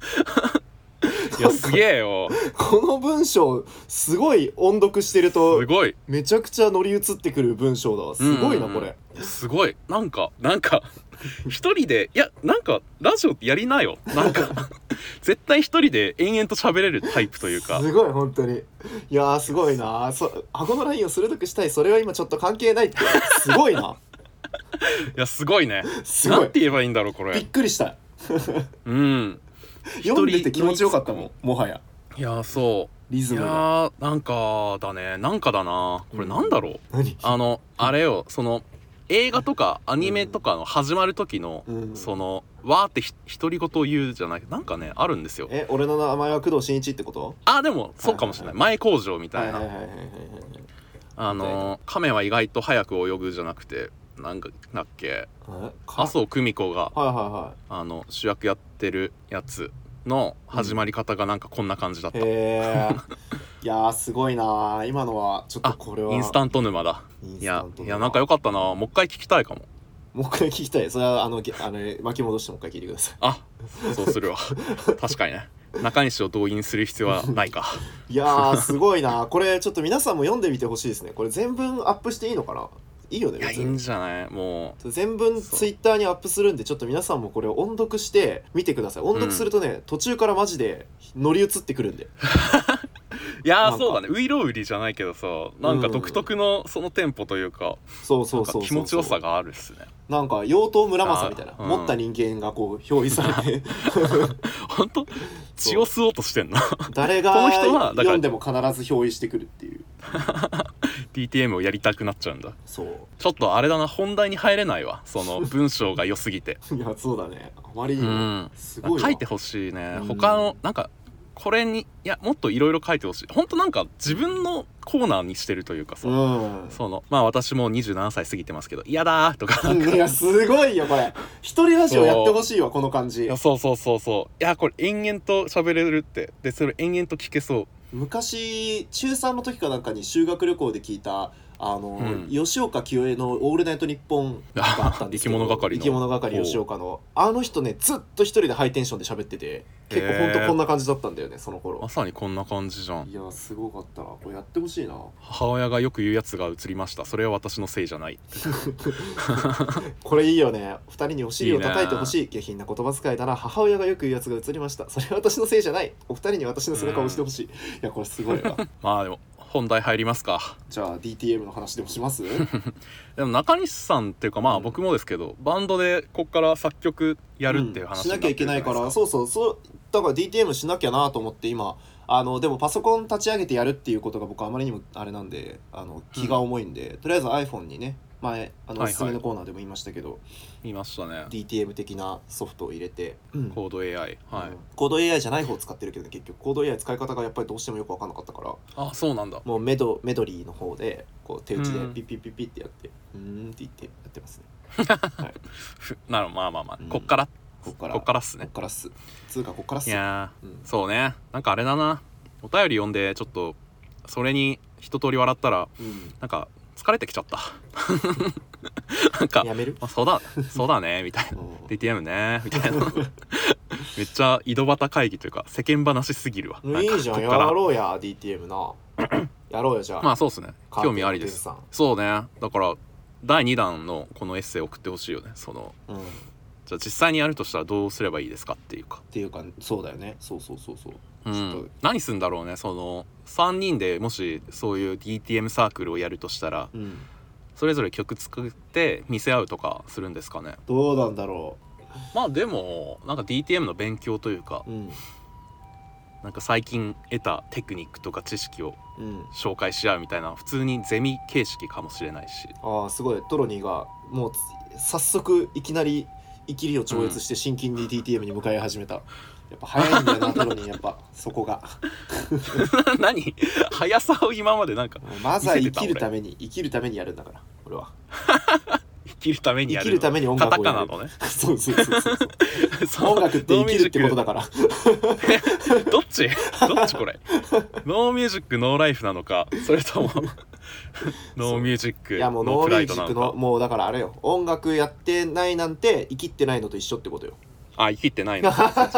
いやすげえよ。 この文章すごい音読してるとすごいめちゃくちゃ乗り移ってくる文章だわ。すごいなこれ。 すごいなんかなんか一人でいやなんかラジオやりなよなんか絶対一人で延々と喋れるタイプというかすごい本当に。いやーすごいな。そ顎のラインを鋭くしたい、それは今ちょっと関係ないってすごいな。 いやすごいね。 すごいなんて言えばいいんだろうこびっれ。 くりした。 うん読んでて気持ちよかったもん、もはやいやそうリズムが。 いやーなんかだねなんかだなこれなんだろう、 何あのあれよその映画とかアニメとかの始まる時の、 うん、 そのわーってひ独り言を言うじゃないなんかねあるんですよ。 え俺の名前は工藤新一ってこと？ あでもそうかもしれない、前工場みたいなあの亀は意外と早く泳ぐじゃなくてなんかだっけ麻生久美子が、 はいはいはい、 あの主役やってるやつの始まり方がなんかこんな感じだった、 うん、へーいやーすごいな。今のはちょっとこれはインスタント沼だ。いやいやなんかよかったな。もう一回聞きたいかも。 もう一回聞きたい。それはあのあの巻き戻してもう一回聞いてください。 あそうするわ確かにね中西を動員する必要はないかいやーすごいな。これちょっと皆さんも読んでみてほしいですね。これ全文アップしていいのかな。いいよね。 いやいいんじゃないもう全文ツイッターにアップするんで、ちょっと皆さんもこれを音読して見てください。音読するとね、うん、途中からマジで乗り移ってくるんでいやーそうだねウイロウリじゃないけどさなんか独特のそのテンポというか、うん、 そうそうそうそう気持ちよさがあるっすね。 なんか妖刀村正みたいな、うん、持った人間がこう表示されて本当血を吸おうとしてんな誰がこの人は読んでも必ず表示してくるっていうディーティーエム をやりたくなっちゃうんだ。 そうちょっとあれだな本題に入れないわその文章が良すぎていやそうだねあまりにもすごい書いてほしいね、うん、他のなんかこれにいやもっといろいろ書いてほしい。ほんとなんか自分のコーナーにしてるというかさ、うん、そのまあ私もにじゅうななさい過ぎてますけど嫌だーとかなんかいやすごいよこれ一人ラジオやってほしいわこの感じ。 いやそうそうそうそういやこれ延々と喋れるってでそれ延々と聞けそう。 昔中さんの時かなんかに修学旅行で聞いたあの、うん、吉岡清江の「オールナイトニッポン」があったんですけど生き物係の生き物係吉岡のあの人ねずっと一人でハイテンションで喋ってて結構ほんとこんな感じだったんだよねその頃。 まさにこんな感じじゃん。 いやすごかったこれやってほしいな。 母親がよく言うやつが映りましたそれは私のせいじゃないこれいいよね。二人にお尻を叩いてほしい下品な言葉遣いだな。母親がよく言うやつが映りましたそれは私のせいじゃない。お二人に私の背中を押してほしい。いやこれすごいわまあでも本題入りますか。 じゃあ ディーティーエム の話でもしますでも中西さんっていうかまあ僕もですけど、うん、バンドでこっから作曲やるっていう話になってるじゃないですか、うん、しなきゃいけないからそうそうそうだから ディーティーエム しなきゃなと思って今あのでもパソコン立ち上げてやるっていうことが僕あまりにもあれなんであの気が重いんで、うん、とりあえず iPhone にね前あのおすすめのコーナーでも言いましたけど、はいはい、 言いましたねディーティーエム 的なソフトを入れて、 うん、コード エーアイ、はい、 うん、コード エーアイ じゃない方を使ってるけど、ね、結局コード エーアイ 使い方がやっぱりどうしてもよく分かんなかったからあそうなんだもうメドメドリーの方でこう手打ちでピッピッピッピッってやってうーんって言ってやってますねはい、 なるほどまあまあまあ、うん、こっからこっからこっからっすねこっからっすつうかこっからっすいや、うん、そうねなんかあれだなお便り読んでちょっとそれに一通り笑ったら、うん、なんか疲れてきちゃったなんかやめる、 まあ、そうだそうだねみたいな ディーティーエム ねみたいなめっちゃ井戸端会議というか世間話すぎるわ。 いいじゃんやろうや ディーティーエム なやろうよじゃあ。 まあそうっすね興味ありです。そうねだからだいにだんのこのエッセイ送ってほしいよねその、うん、じゃあ実際にやるとしたらどうすればいいですかっていうかっていうかそうだよねそうそうそうそう、 うん、何すんだろうねそのさんにんでもしそういう ディーティーエム サークルをやるとしたら、うん、それぞれ曲作って見せ合うとかするんですかね。 どうなんだろう。 まあでもなんか ディーティーエム の勉強というか、うん、なんか最近得たテクニックとか知識を紹介し合うみたいな普通にゼミ形式かもしれないし、 ああすごいトロニーがもう早速いきなりイキリを超越して真剣に ディーティーエム に向かい始めた、うん、やっぱ早いんだよなトロニーやっぱそこが何速さを今までなんかまずは生きるために生きるためにやるんだから俺は生きるためにやる生きるために音楽をやる。 カタカナのねそうそうそうそう音楽って生きるってことだからどっちどっちこれノーミュージックノーライフなのかそれともノーミュージックノープライドなのか。いやもうノーミュージックのもうだからあれよ音楽やってないなんて生きってないのと一緒ってことよ。 あ生きってないのそっちね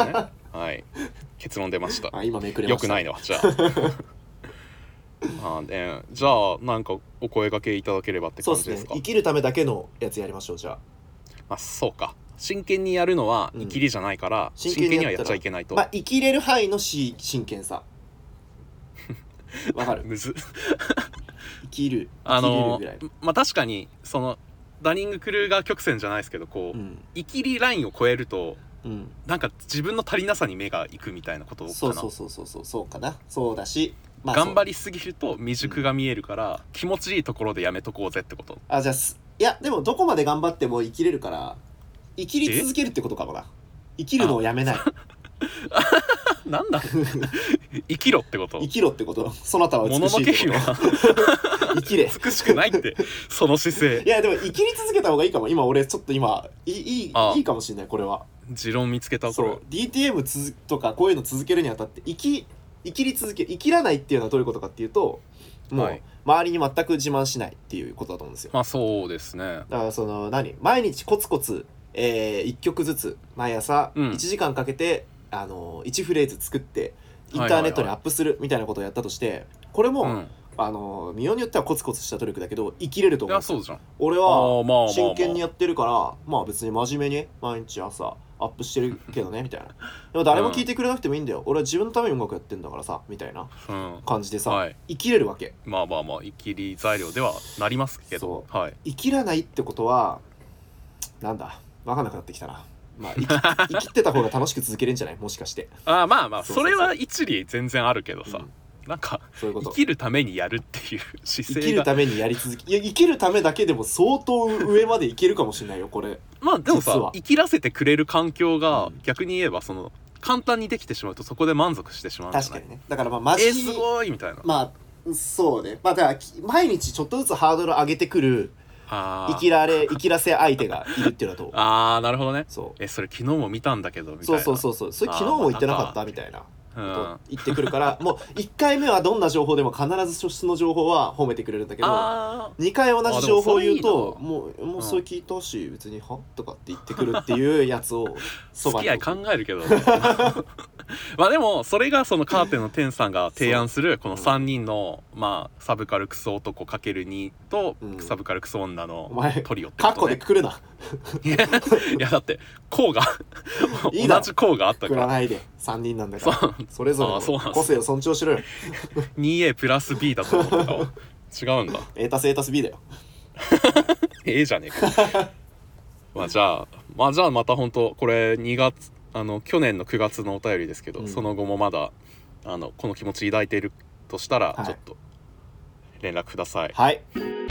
はい結論出ましたあ今めくれましたよくないのじゃああね、じゃあなんかお声掛けいただければってそうで感じですか。 すね生きるためだけのやつやりましょうじゃあまあそうか真剣にやるのはうん生きりじゃないから、 真真剣にはやっ剣にやったらちゃいけないと、 まあ生きれる範囲のし真剣さわかるむず生きるあ生きれるのぐらい、 まあ確かにそのダニングクルーガー曲線じゃないですけどこう、 うん生きりラインを超えるとうん、 なんか自分の足りなさに目がいくみたいなことかな。 そうそうそうそうそうそうかなそうだし、まあ、 頑張りりすぎると未熟が見えるから、気持ちいいところでやめとこうぜってこと。 あじゃあすいやでもどこまで頑張っても生きれるから生きり続けるってことかもな生きるのをやめないなんだ生きろってこと生きろってことそなたはもの美しいってのけ姫がこと生きれ美しくないってその姿勢いやでも生きり続けた方がいいかも今俺ちょっと今いいいいああいいかもしれないこれは持論見つけたこれ。 そう ディーティーエム つづとかこういうの続けるにあたって生き生きり続ける生きらないっていうのはどういうことかっていうともう、 はい周りに全く自慢しないっていうことだと思うんですよまあそうですね。 だからその何毎日コツコツ、えー、いっきょくずつ毎朝うんいちじかんかけて、あのいちフレーズ作ってインターネットにアップするみたいなことをやったとしてこれも、 うんあの見ようによってはコツコツした努力だけど生きれるとい思うんですよやそうじゃん。 俺あーまあまあまあは真剣にやってるからまあ別に真面目に毎日朝アップしてるけどねみたいなでも誰も聞いてくれなくてもいいんだよ、俺は自分のために音楽やってんだからさみたいなうん感じでさ、 はい生きれるわけまあまあまあ生きり材料ではなりますけど、 そはい生きらないってことはなんだ分かんなくなってきたなまあ生き生きてた方が楽しく続けれんじゃないもしかしてあーまあまあそうそそうそうれは一理全然あるけどさ、 うんなんかそういうこと生きるためにやるっていう姿生勢がきるためにやり続けいや生きるためだけでも相当上までいけるかもしれないよこれまあでもさ実は生きらせてくれる環境が、 うん逆に言えばその簡単にできてしまうとそこで満足してしまうんじゃない。 確かにねだからまあマジにえー、すごいみたいな、 まあそうねまあだからき毎日ちょっとずつハードル上げてくるあー生きられ生きらせ相手がいるっていうのとあーなるほどね。 そうえそれ昨日も見たんだけどみたいな。 そうそうそうそうそれ昨日も言ってなかったみたいなうんと言ってくるからもういっかいめはどんな情報でも必ず初出の情報は褒めてくれるんだけどあにかい同じ情報を言うとあでもうもうんうそれ聞いたし別にはとかって言ってくるっていうやつをそばに付き合い考えるけどまあでもそれがそのカーテンの天さんが提案するこのさんにんのまあサブカルクソ男 かけるに とうんサブカルクソ女おの前トリオってカッコことね。 でくくるないやだって項がいいだろ同じ項があったからくくらないでさんにんなんだからそうそれぞれあそうなんですの個性を尊重しろよにエー プラス B だと思ってたわ違うんだ。 エータス エータス B だよええじゃねえかまあじゃあまあじゃあまた本当これにがつあの去年のくがつのお便りですけど、 うんその後もまだあのこの気持ち抱いているとしたらはいちょっと連絡ください、 はい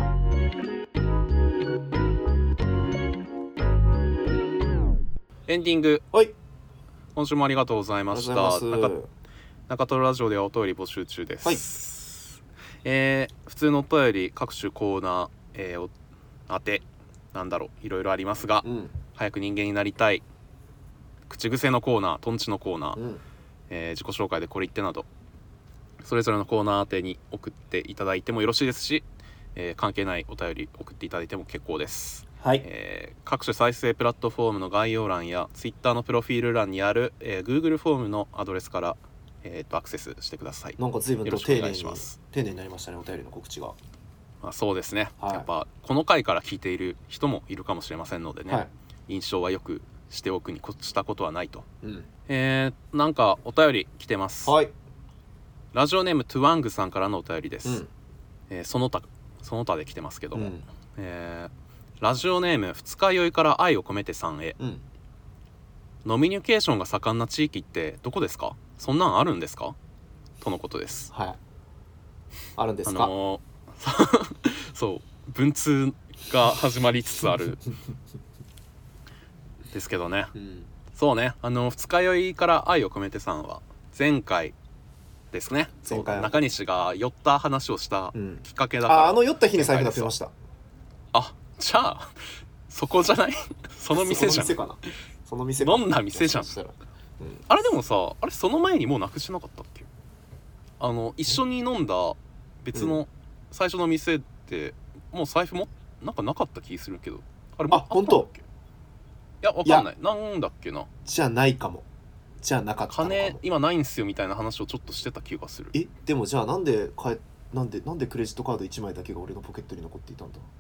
エンディングはい今週もありがとうございありましがとうございた。 ます中中トロラジオではお便り募集中です、 はいえー普通のお便り各種コーナー、えーお当てなんだろういろいろありますが、 うん早く人間になりたい口癖のコーナートンチのコーナー、 うんえー自己紹介でこれ言ってなどそれぞれのコーナー宛てに送っていただいてもよろしいですし、えー関係ないお便り送っていただいても結構です、 はいえー各種再生プラットフォームの概要欄や Twitter のプロフィール欄にある、えー Google フォームのアドレスから、えーとアクセスしてください。 なんか随分よろしくおと丁寧に願いします。 丁寧になりましたねお便りの告知がまあ、そうですね、 はいやっぱこの回から聞いている人もいるかもしれませんのでね、 はい印象はよくしておくに越したことはないと。 うんえー、なんかお便り来てます。 はいラジオネームトゥワングさんからのお便りです、 うんえーその他その他で来てますけども、 うんえーラジオネーム二日酔いから愛を込めてさんへ、 うんノミニケーションが盛んな地域ってどこですか？そんなんあるんですか？とのことです。 はいあるんですあか、 のーそう文通が始まりつつあるですけどね、 うんそうねあの二日酔いから愛を込めてさんは前回ですね、そう前回は中西が酔った話をしたうんきっかけだから、 ああの酔った日に財布が増えましたあじゃあそこじゃないその店じゃんその店かなその店か飲んだ店じゃんそしたらうんあれでもさあれその前にもうなくしてなかったっけ？あの一緒に飲んだ別の最初の店ってもう財布もなんかなかった気するけどあれもあ本当ったんだっけ？いやわかんないなんだっけなじゃないかもじゃなかったのかも。 金今ないんすよみたいな話をちょっとしてた気がする。 えでもじゃあなんでかえなんでなんでクレジットカードいちまいだけが俺のポケットに残っていたんだ。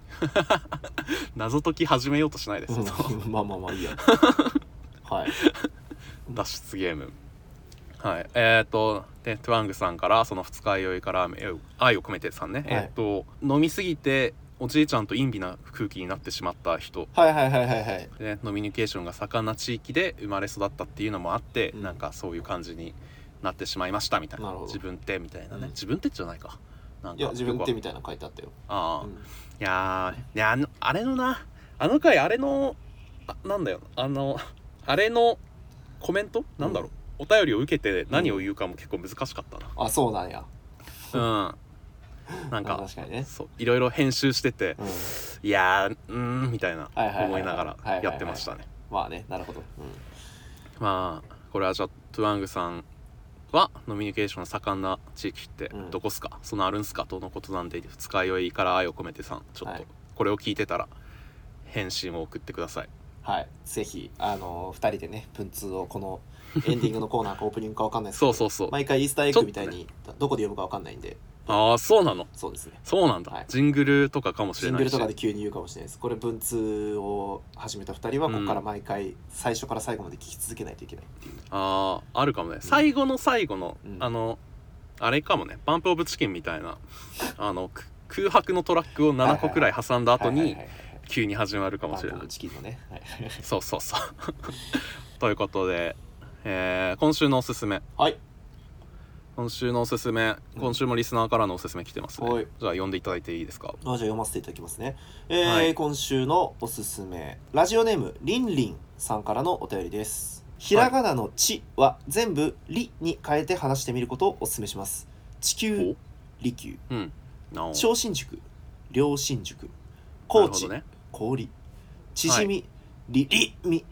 謎解き始めようとしないですよ、 うんまあまあまあいいやはい脱出ゲーム。はいえー、とでトゥワングさんからその二日酔いから愛を込めてさんね、 はいえー、と飲みすぎておじいちゃんと陰微な空気になってしまった人はいはいはいはいはいで、ノミニケーションが盛んな地域で生まれ育ったっていうのもあって、 うんなんかそういう感じになってしまいましたみたいな。 なるほど自分ってみたいなね、 うん自分ってじゃないかなんかいや自分ってよくわみたいなの書いてあったよ、 ああ、 うんいやーいやあのあれのなあの回あれのあなんだよあのあれのコメントなんだろう、お便りを受けて何を言うかも結構難しかったな。 あそうなんやうん、なんかあ確かにねそういろいろ編集してて、 うんいやーうーんみたいなはいはいはいはい思いながらやってましたね。 まあねなるほど、うんまあこれはじゃあトゥワングさんはノミニケーション盛んな地域ってうんどこっすか、そのあるんすかとのことなんで二日酔いから愛を込めてさんちょっとはいこれを聞いてたら返信を送ってください。 はいぜひあのー、ふたりでね文通をこのエンディングのコーナーかオープニングかわかんないですけどそうそうそう、 毎回イースターエッグみたいにどこで読むかわかんないんでああそうなのそうですねそうなんだ、 はいジングルとかかもしれないしジングルとかで急に言うかもしれないです。これ文通を始めたふたりはここから毎回最初から最後まで聞き続けないといけないっていう、 あああるかもね、最後の最後の、 うんあのあれかもねバンプオブチキンみたいなあのく空白のトラックをななこくらい挟んだ後にはいはいはいはい急に始まるかもしれない。 バンプオブチキンのね、はい、 そうそうそうということで、えー今週のおすすめはい今週のおすすめ今週もリスナーからのおすすめ来てますね、 はいじゃあ読んでいただいていいですか。 あじゃあ読ませていただきますね、えーはい今週のおすすめラジオネームりんりんさんからのお便りです。ひらがなのちは全部りに変えて話してみることをおすすめします。地球、利休、 うんなお超新塾、両新塾、 な高知、 るほどね氷、縮み、りりみ。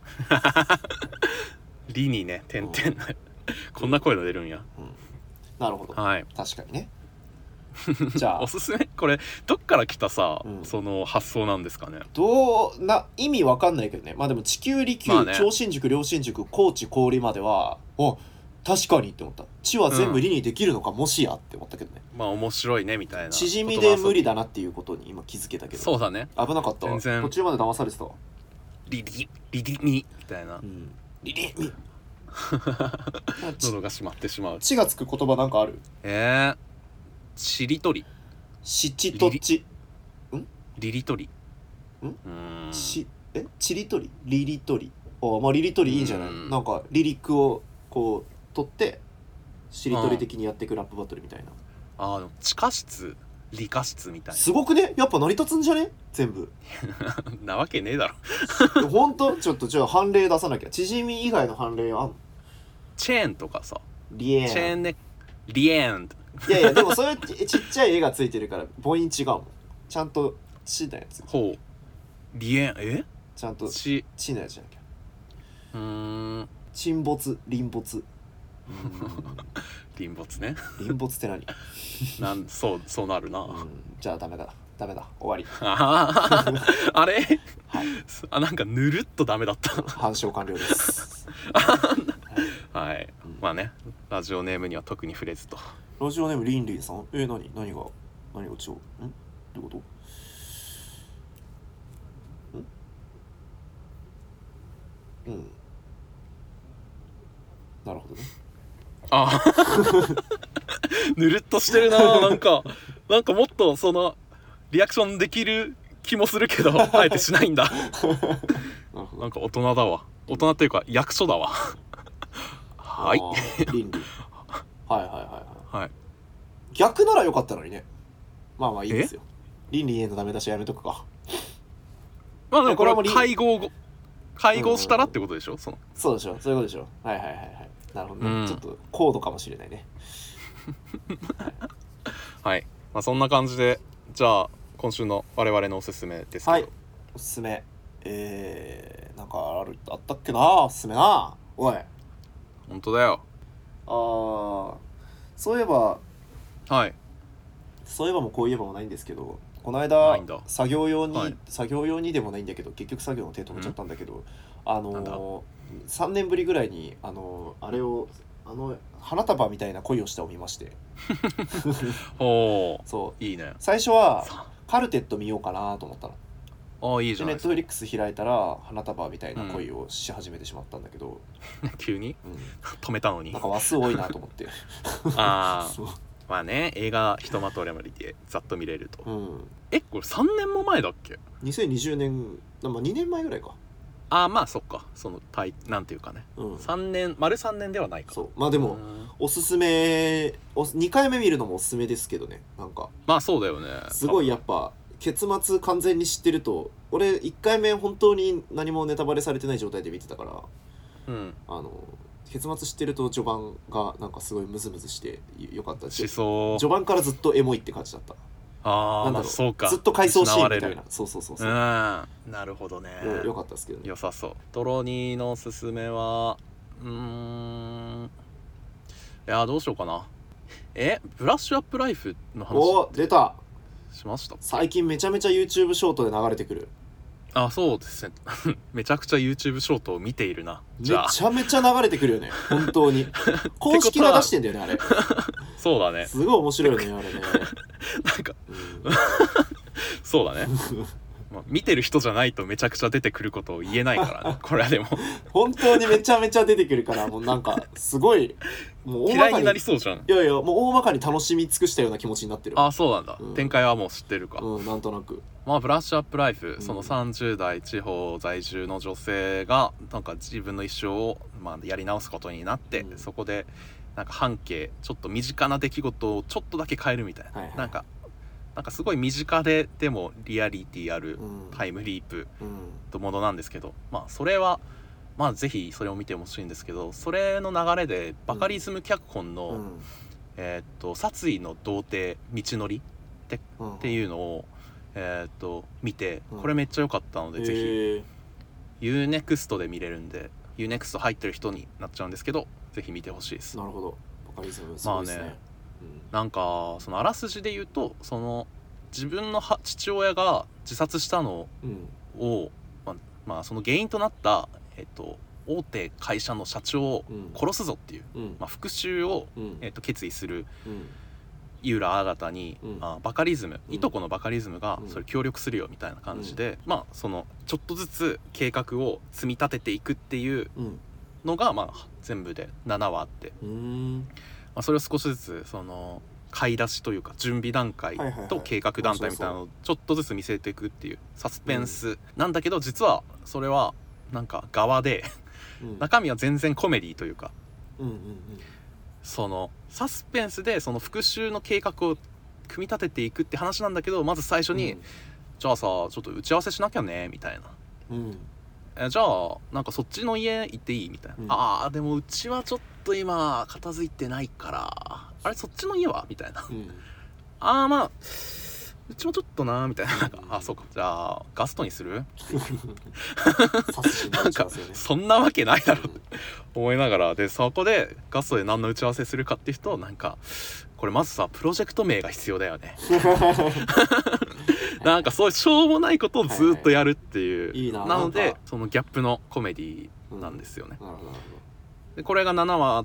リにね点々こんな声の出るんや。 なるほど、 はい確かにねじゃあおすすめこれどっから来たさ、 うんその発想なんですかね。 どうな意味わかんないけどねまあでも地球利休、 まあね超新塾両新塾高知氷まではお確かにって思った。地は全部理にできるのか、もしやって思ったけどね。 まあ面白いねみたいな縮みで無理だなっていうことに今気づけたけどそうだね危なかったわ。 全然途中まで騙されてたわ。 リリリリミみたいなうんリリミ喉が締まってしまう。 地がつく言葉なんかある？ えー、しりとりしちとちリリとりんうーんしえちりとりリリとりあまあリリとりいいんじゃない？ うんなんかリリックをこう取ってしりとり的にやっていくラップバトルみたいな。 あーでも地下室理科室みたいすごくねやっぱ成り立つんじゃね全部ななわけねえだろほんとちょっとじゃあ判例出さなきゃ。縮み以外の判例あんの？ チェーンとかさリエーンチェーンねリエーンいやいやでもそういうちちっちゃい絵がついてるから母音違うもん。ちゃんと「ち」のやつほうリエーンえちゃんと「 ちち」のやつじゃなきゃ。 うーん沈没林没林没ね林没って何？ なんそうそうなるな、 うんじゃあダメだダメだ終わり。 あーあれはいあなんかぬるっとダメだった反証完了ですはい、 うんまあねラジオネームには特に触れずと。 ラジオネームリンリンさんえ何何が何が違う？んどういうこと？んうんなるほどね。 あぬるっとしてるななんかなんかもっとそのリアクションできる気もするけどあえてしないんだなるほどなんか大人だわ大人っていうか役所だわはいあーリンリンはいはいはいはいはい逆ならよかったのにね。まあまあいいですよ。リンリンへのダメ出しはやめとくか。 まあでもこれはこれはもう会合後会合したらってことでしょそのそうでしょそういうことでしょはいはいはいはいなるほどね、 うんちょっと高度かもしれないね。 はいまあそんな感じでじゃあ今週の我々のおすすめですけど、 はいおすすめえー、なんかあるあったっけなおすすめなおいあ本当だよーそういえばはいそういえばもこういえばもないんですけどこのな間いんだ。 作業用に、 はい。 作業用にでもないんだけど結局作業の手止めちゃったんだけど、あなんだ。 のー、さんねんぶりぐらいにあのー、あれをあの花束みたいな恋をしたを見ましておそうー、いいね。 最初はさカルテット見ようかなと思ったの。 ああ、いいじでネッゃないですか。 トフリックス開いたら花束みたいな恋をし始めてしまったんだけど、 急にうん止めたのに。 なんか話数多いなと思ってああ、 そう、 まあね、映画ひとまとめでざっと見れると。 うん、 え、これさんねんも前だっけ？ にせんにじゅうねん、まあ、にねんまえぐらいか。 ああ、まあそっか。そのタイなんていうかね。 うん、 さんねん、丸さんねんではないか。 そうまあでもおすすめおにかいめ見るのもおすすめですけどね。なんかまあそうだよね。 すごいやっぱ結末完全に知ってると、俺いっかいめ本当に何もネタバレされてない状態で見てたから、 うん。 あの結末知ってると序盤がなんかすごいムズムズしてよかったし、 しそう。 序盤からずっとエモいって感じだった。 ああ、 なんだろう、 まあそうか。 ずっと回想シーンみたい失われる。 な。そうそうそううん。 そう、 なるほどね。 よよかったですけどね。 良さそう。トロニーのおすすめは、うーん。いや、どうしようかな。え、ブラッシュアップライフの話お出た。 しましたっけ？ 最近めちゃめちゃ YouTube ショートで流れてくる。 あ、そうですね。めちゃくちゃ YouTube ショートを見ているな。 めじゃあ、 ちゃめちゃ流れてくるよね本当に公式が出してんだよねあれ。 そうだね。 すごい面白いよねあれね。 なんか、 うんそうだね。まあ、見てる人じゃないとめちゃくちゃ出てくることを言えないからね。これはでも本当にめちゃめちゃ出てくるから、もうなんかすごいもう大まかに嫌いになりそうじゃん。 いやいやもう大まかに楽しみ尽くしたような気持ちになってる。 あ、そうなんだ、 うん展開はもう知ってるか。 うん、なんとなく。 まあブラッシュアップライフ、 うんそのさんじゅう代地方在住の女性がなんか自分の一生を、まあ、やり直すことになって、 うんそこでなんか半径ちょっと身近な出来事をちょっとだけ変えるみたいな、 はいはい、 なんかなんかすごい身近ででもリアリティあるうんタイムリープうんとものなんですけど、まあそれはまあぜひそれを見てほしいんですけど、それの流れでバカリズム脚本の、 うんえーっと殺意の童貞道のりうんっていうのを、えーっと見て、 うんこれめっちゃ良かったので、ぜひへーユーネクスト で見れるんで ユーネクスト 入ってる人になっちゃうんですけど、ぜひ見てほしいです。 なるほど。バカリズムすごいですね。 まあねなんかそのあらすじで言うと、その自分のは父親が自殺したのうんを、まあ、まあその原因となった、えっと、大手会社の社長をうん殺すぞっていう、 うんまあ、復讐を、 うんえっと、決意するうん井浦新に、 うんあバカリズム、 うんいとこのバカリズムがうんそれ協力するよみたいな感じで、まあそのちょっとずつ計画を積み立てていくっていううんのが、まあ全部でななわあって、 うーんまあ、それを少しずつその買い出しというか準備段階はいはいはいと計画段階みたいなのをちょっとずつ見せていくっていうサスペンスなんだけど、実はそれはなんか側でうん中身は全然コメディというか、 うんうんそのサスペンスでその復讐の計画を組み立てていくって話なんだけど、まず最初に、じゃあさちょっと打ち合わせしなきゃねみたいな、 うんえじゃあなんかそっちの家行っていいみたいな、 うんあーでもうちはちょっと今片付いてないからあれそっちの家はみたいな、 うんああまあうちもちょっとなみたいな、なんかうんあそうかじゃあガストにする殺人のなんか打ち合わせね。 そんなわけないだろううん思いながら、でそこでガストで何の打ち合わせするかっていうと、なんかこれまずさプロジェクト名が必要だよねなんかそういうしょうもないことをずっとやるっていう、 はいはいいいななのでなんかそのギャップのコメディなんですよね、 なるほどなるでこれがななわあって、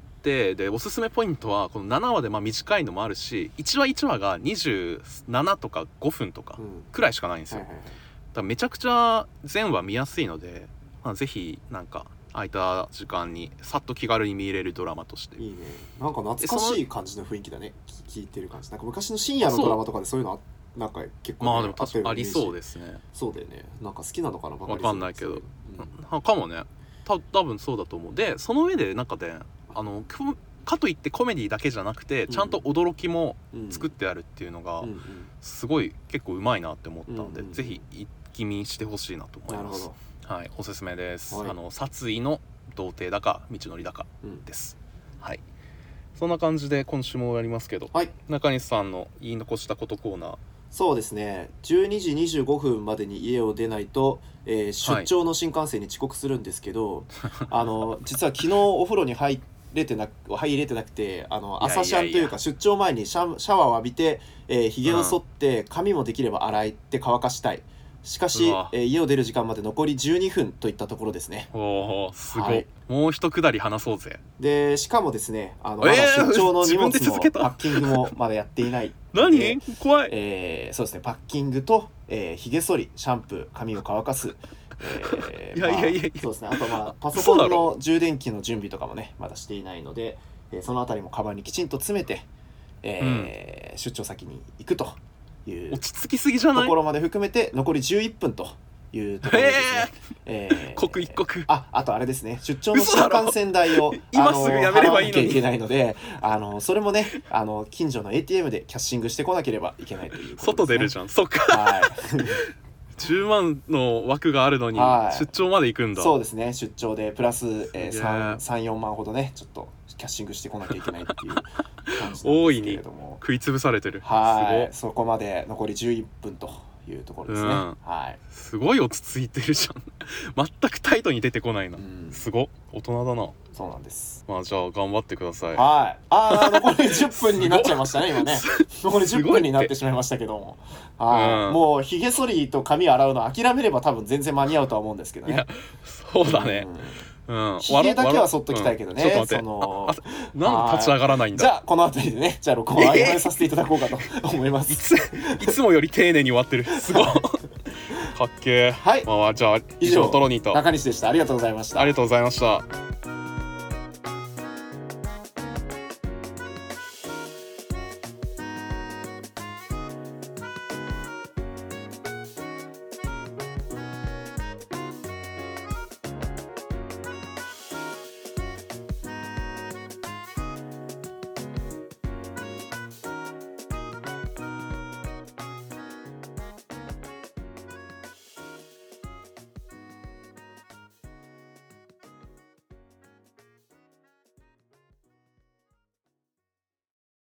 でおすすめポイントはこのななわでまあ短いのもあるし、いちわいちわがにじゅうななとかごふんとかほど。うんくらいしかないんですよ、 はいはいはいだからめちゃくちゃ全話見やすいので、まあ、ぜひなんか空いた時間にさっと気軽に見れるドラマとして、 いいね。なんか懐かしい感じの雰囲気だね。き聞いてる感じ。なんか昔の深夜のドラマとかでそういうのあなんか結構ね、 まあでも確かにありそうで。 ですね。 そうだよね。なんか好きなのかなバカリズムわかんないけどそういうはかもね、た多分そうだと思う。でその上でなんかね、あのこかといってコメディだけじゃなくてちゃんと驚きもうん作ってあるっていうのがうんうんすごい結構うまいなって思ったので、 うんうんぜひ一気見してほしいなと思います。 なるほど。 はい、おすすめです。 はいあの殺意の童貞だか道のりだかうんです。はい。そんな感じで今週もやりますけど、 はい。 中西さんの言い残したことコーナー。 そうですね。じゅうにじにじゅうごふんまでに家を出ないと、えー出張の新幹線に遅刻するんですけど、あの実は昨日お風呂に入れてなく入れてなくて、あのいやいやいや朝シャンというか出張前にシャシャワーを浴びて、えー、髭を剃って髪もできれば洗って乾かしたい。しかしうわ、 えー家を出る時間まで残りじゅうにふんといったところですね。 おーすごい、 はい、 もう一くだり話そうぜ。 でしかもですね、あのまえーだ出張の荷物自分で続けたのパッキングもまだやっていない何怖い、 えーそうですね、パッキングと、えー、髭剃り、シャンプー、髪を乾かす、えーいやいやいやいや、 まあそうですね、あとまあパソコンの充電器の準備とかもねまだしていないので、えーそのあたりもカバンにきちんと詰めて、えーうん、出張先に行くという落ち着きすぎじゃないところまで含めて残りじゅういっぷんというところですね。えー、 刻一刻。 あ、あとあれですね、出張の新幹線代を今すぐやめればいいのに払わなきゃいけないので、あのそれもね、あの近所の エーティーエム でキャッシングしてこなければいけないということですね。 外出るじゃん、そっか。 はいじゅうまんの枠があるのにはい出張まで行くんだ。 そうですね、出張でプラス、えー、 すげえさん、よんまんほどねちょっとキャッシングしてこなきゃいけないっていう感じなんですけ大いにれども、 食いつぶされてる。 はい、そこまで残りじゅういっぷんというところですね。 うんはい。 すごい落ち着いてるじゃん。全くタイトに出てこないな、 うん、 すごっ、大人だな。 そうなんです。 まあじゃあ頑張ってください。 はい。ああ、残りじゅっぷんになっちゃいましたね今ね。残りじゅっぷんになってしまいましたけども、はい、うん、もうひげ剃りと髪洗うの諦めれば多分全然間に合うとは思うんですけどね。いや、 そうだね。うん。 ひげだけは剃っときたいけどね。うん、ちょっと待って。そのなんで立ち上がらないんだ。 じゃあこの辺りでね、じゃあ録音をやめさせていただこうかと思います。 いついつもより丁寧に終わってる。すごい。かっけー。 はい。 まあじゃあ以上トロニーと中西でした。ありがとうございました。 ありがとうございました。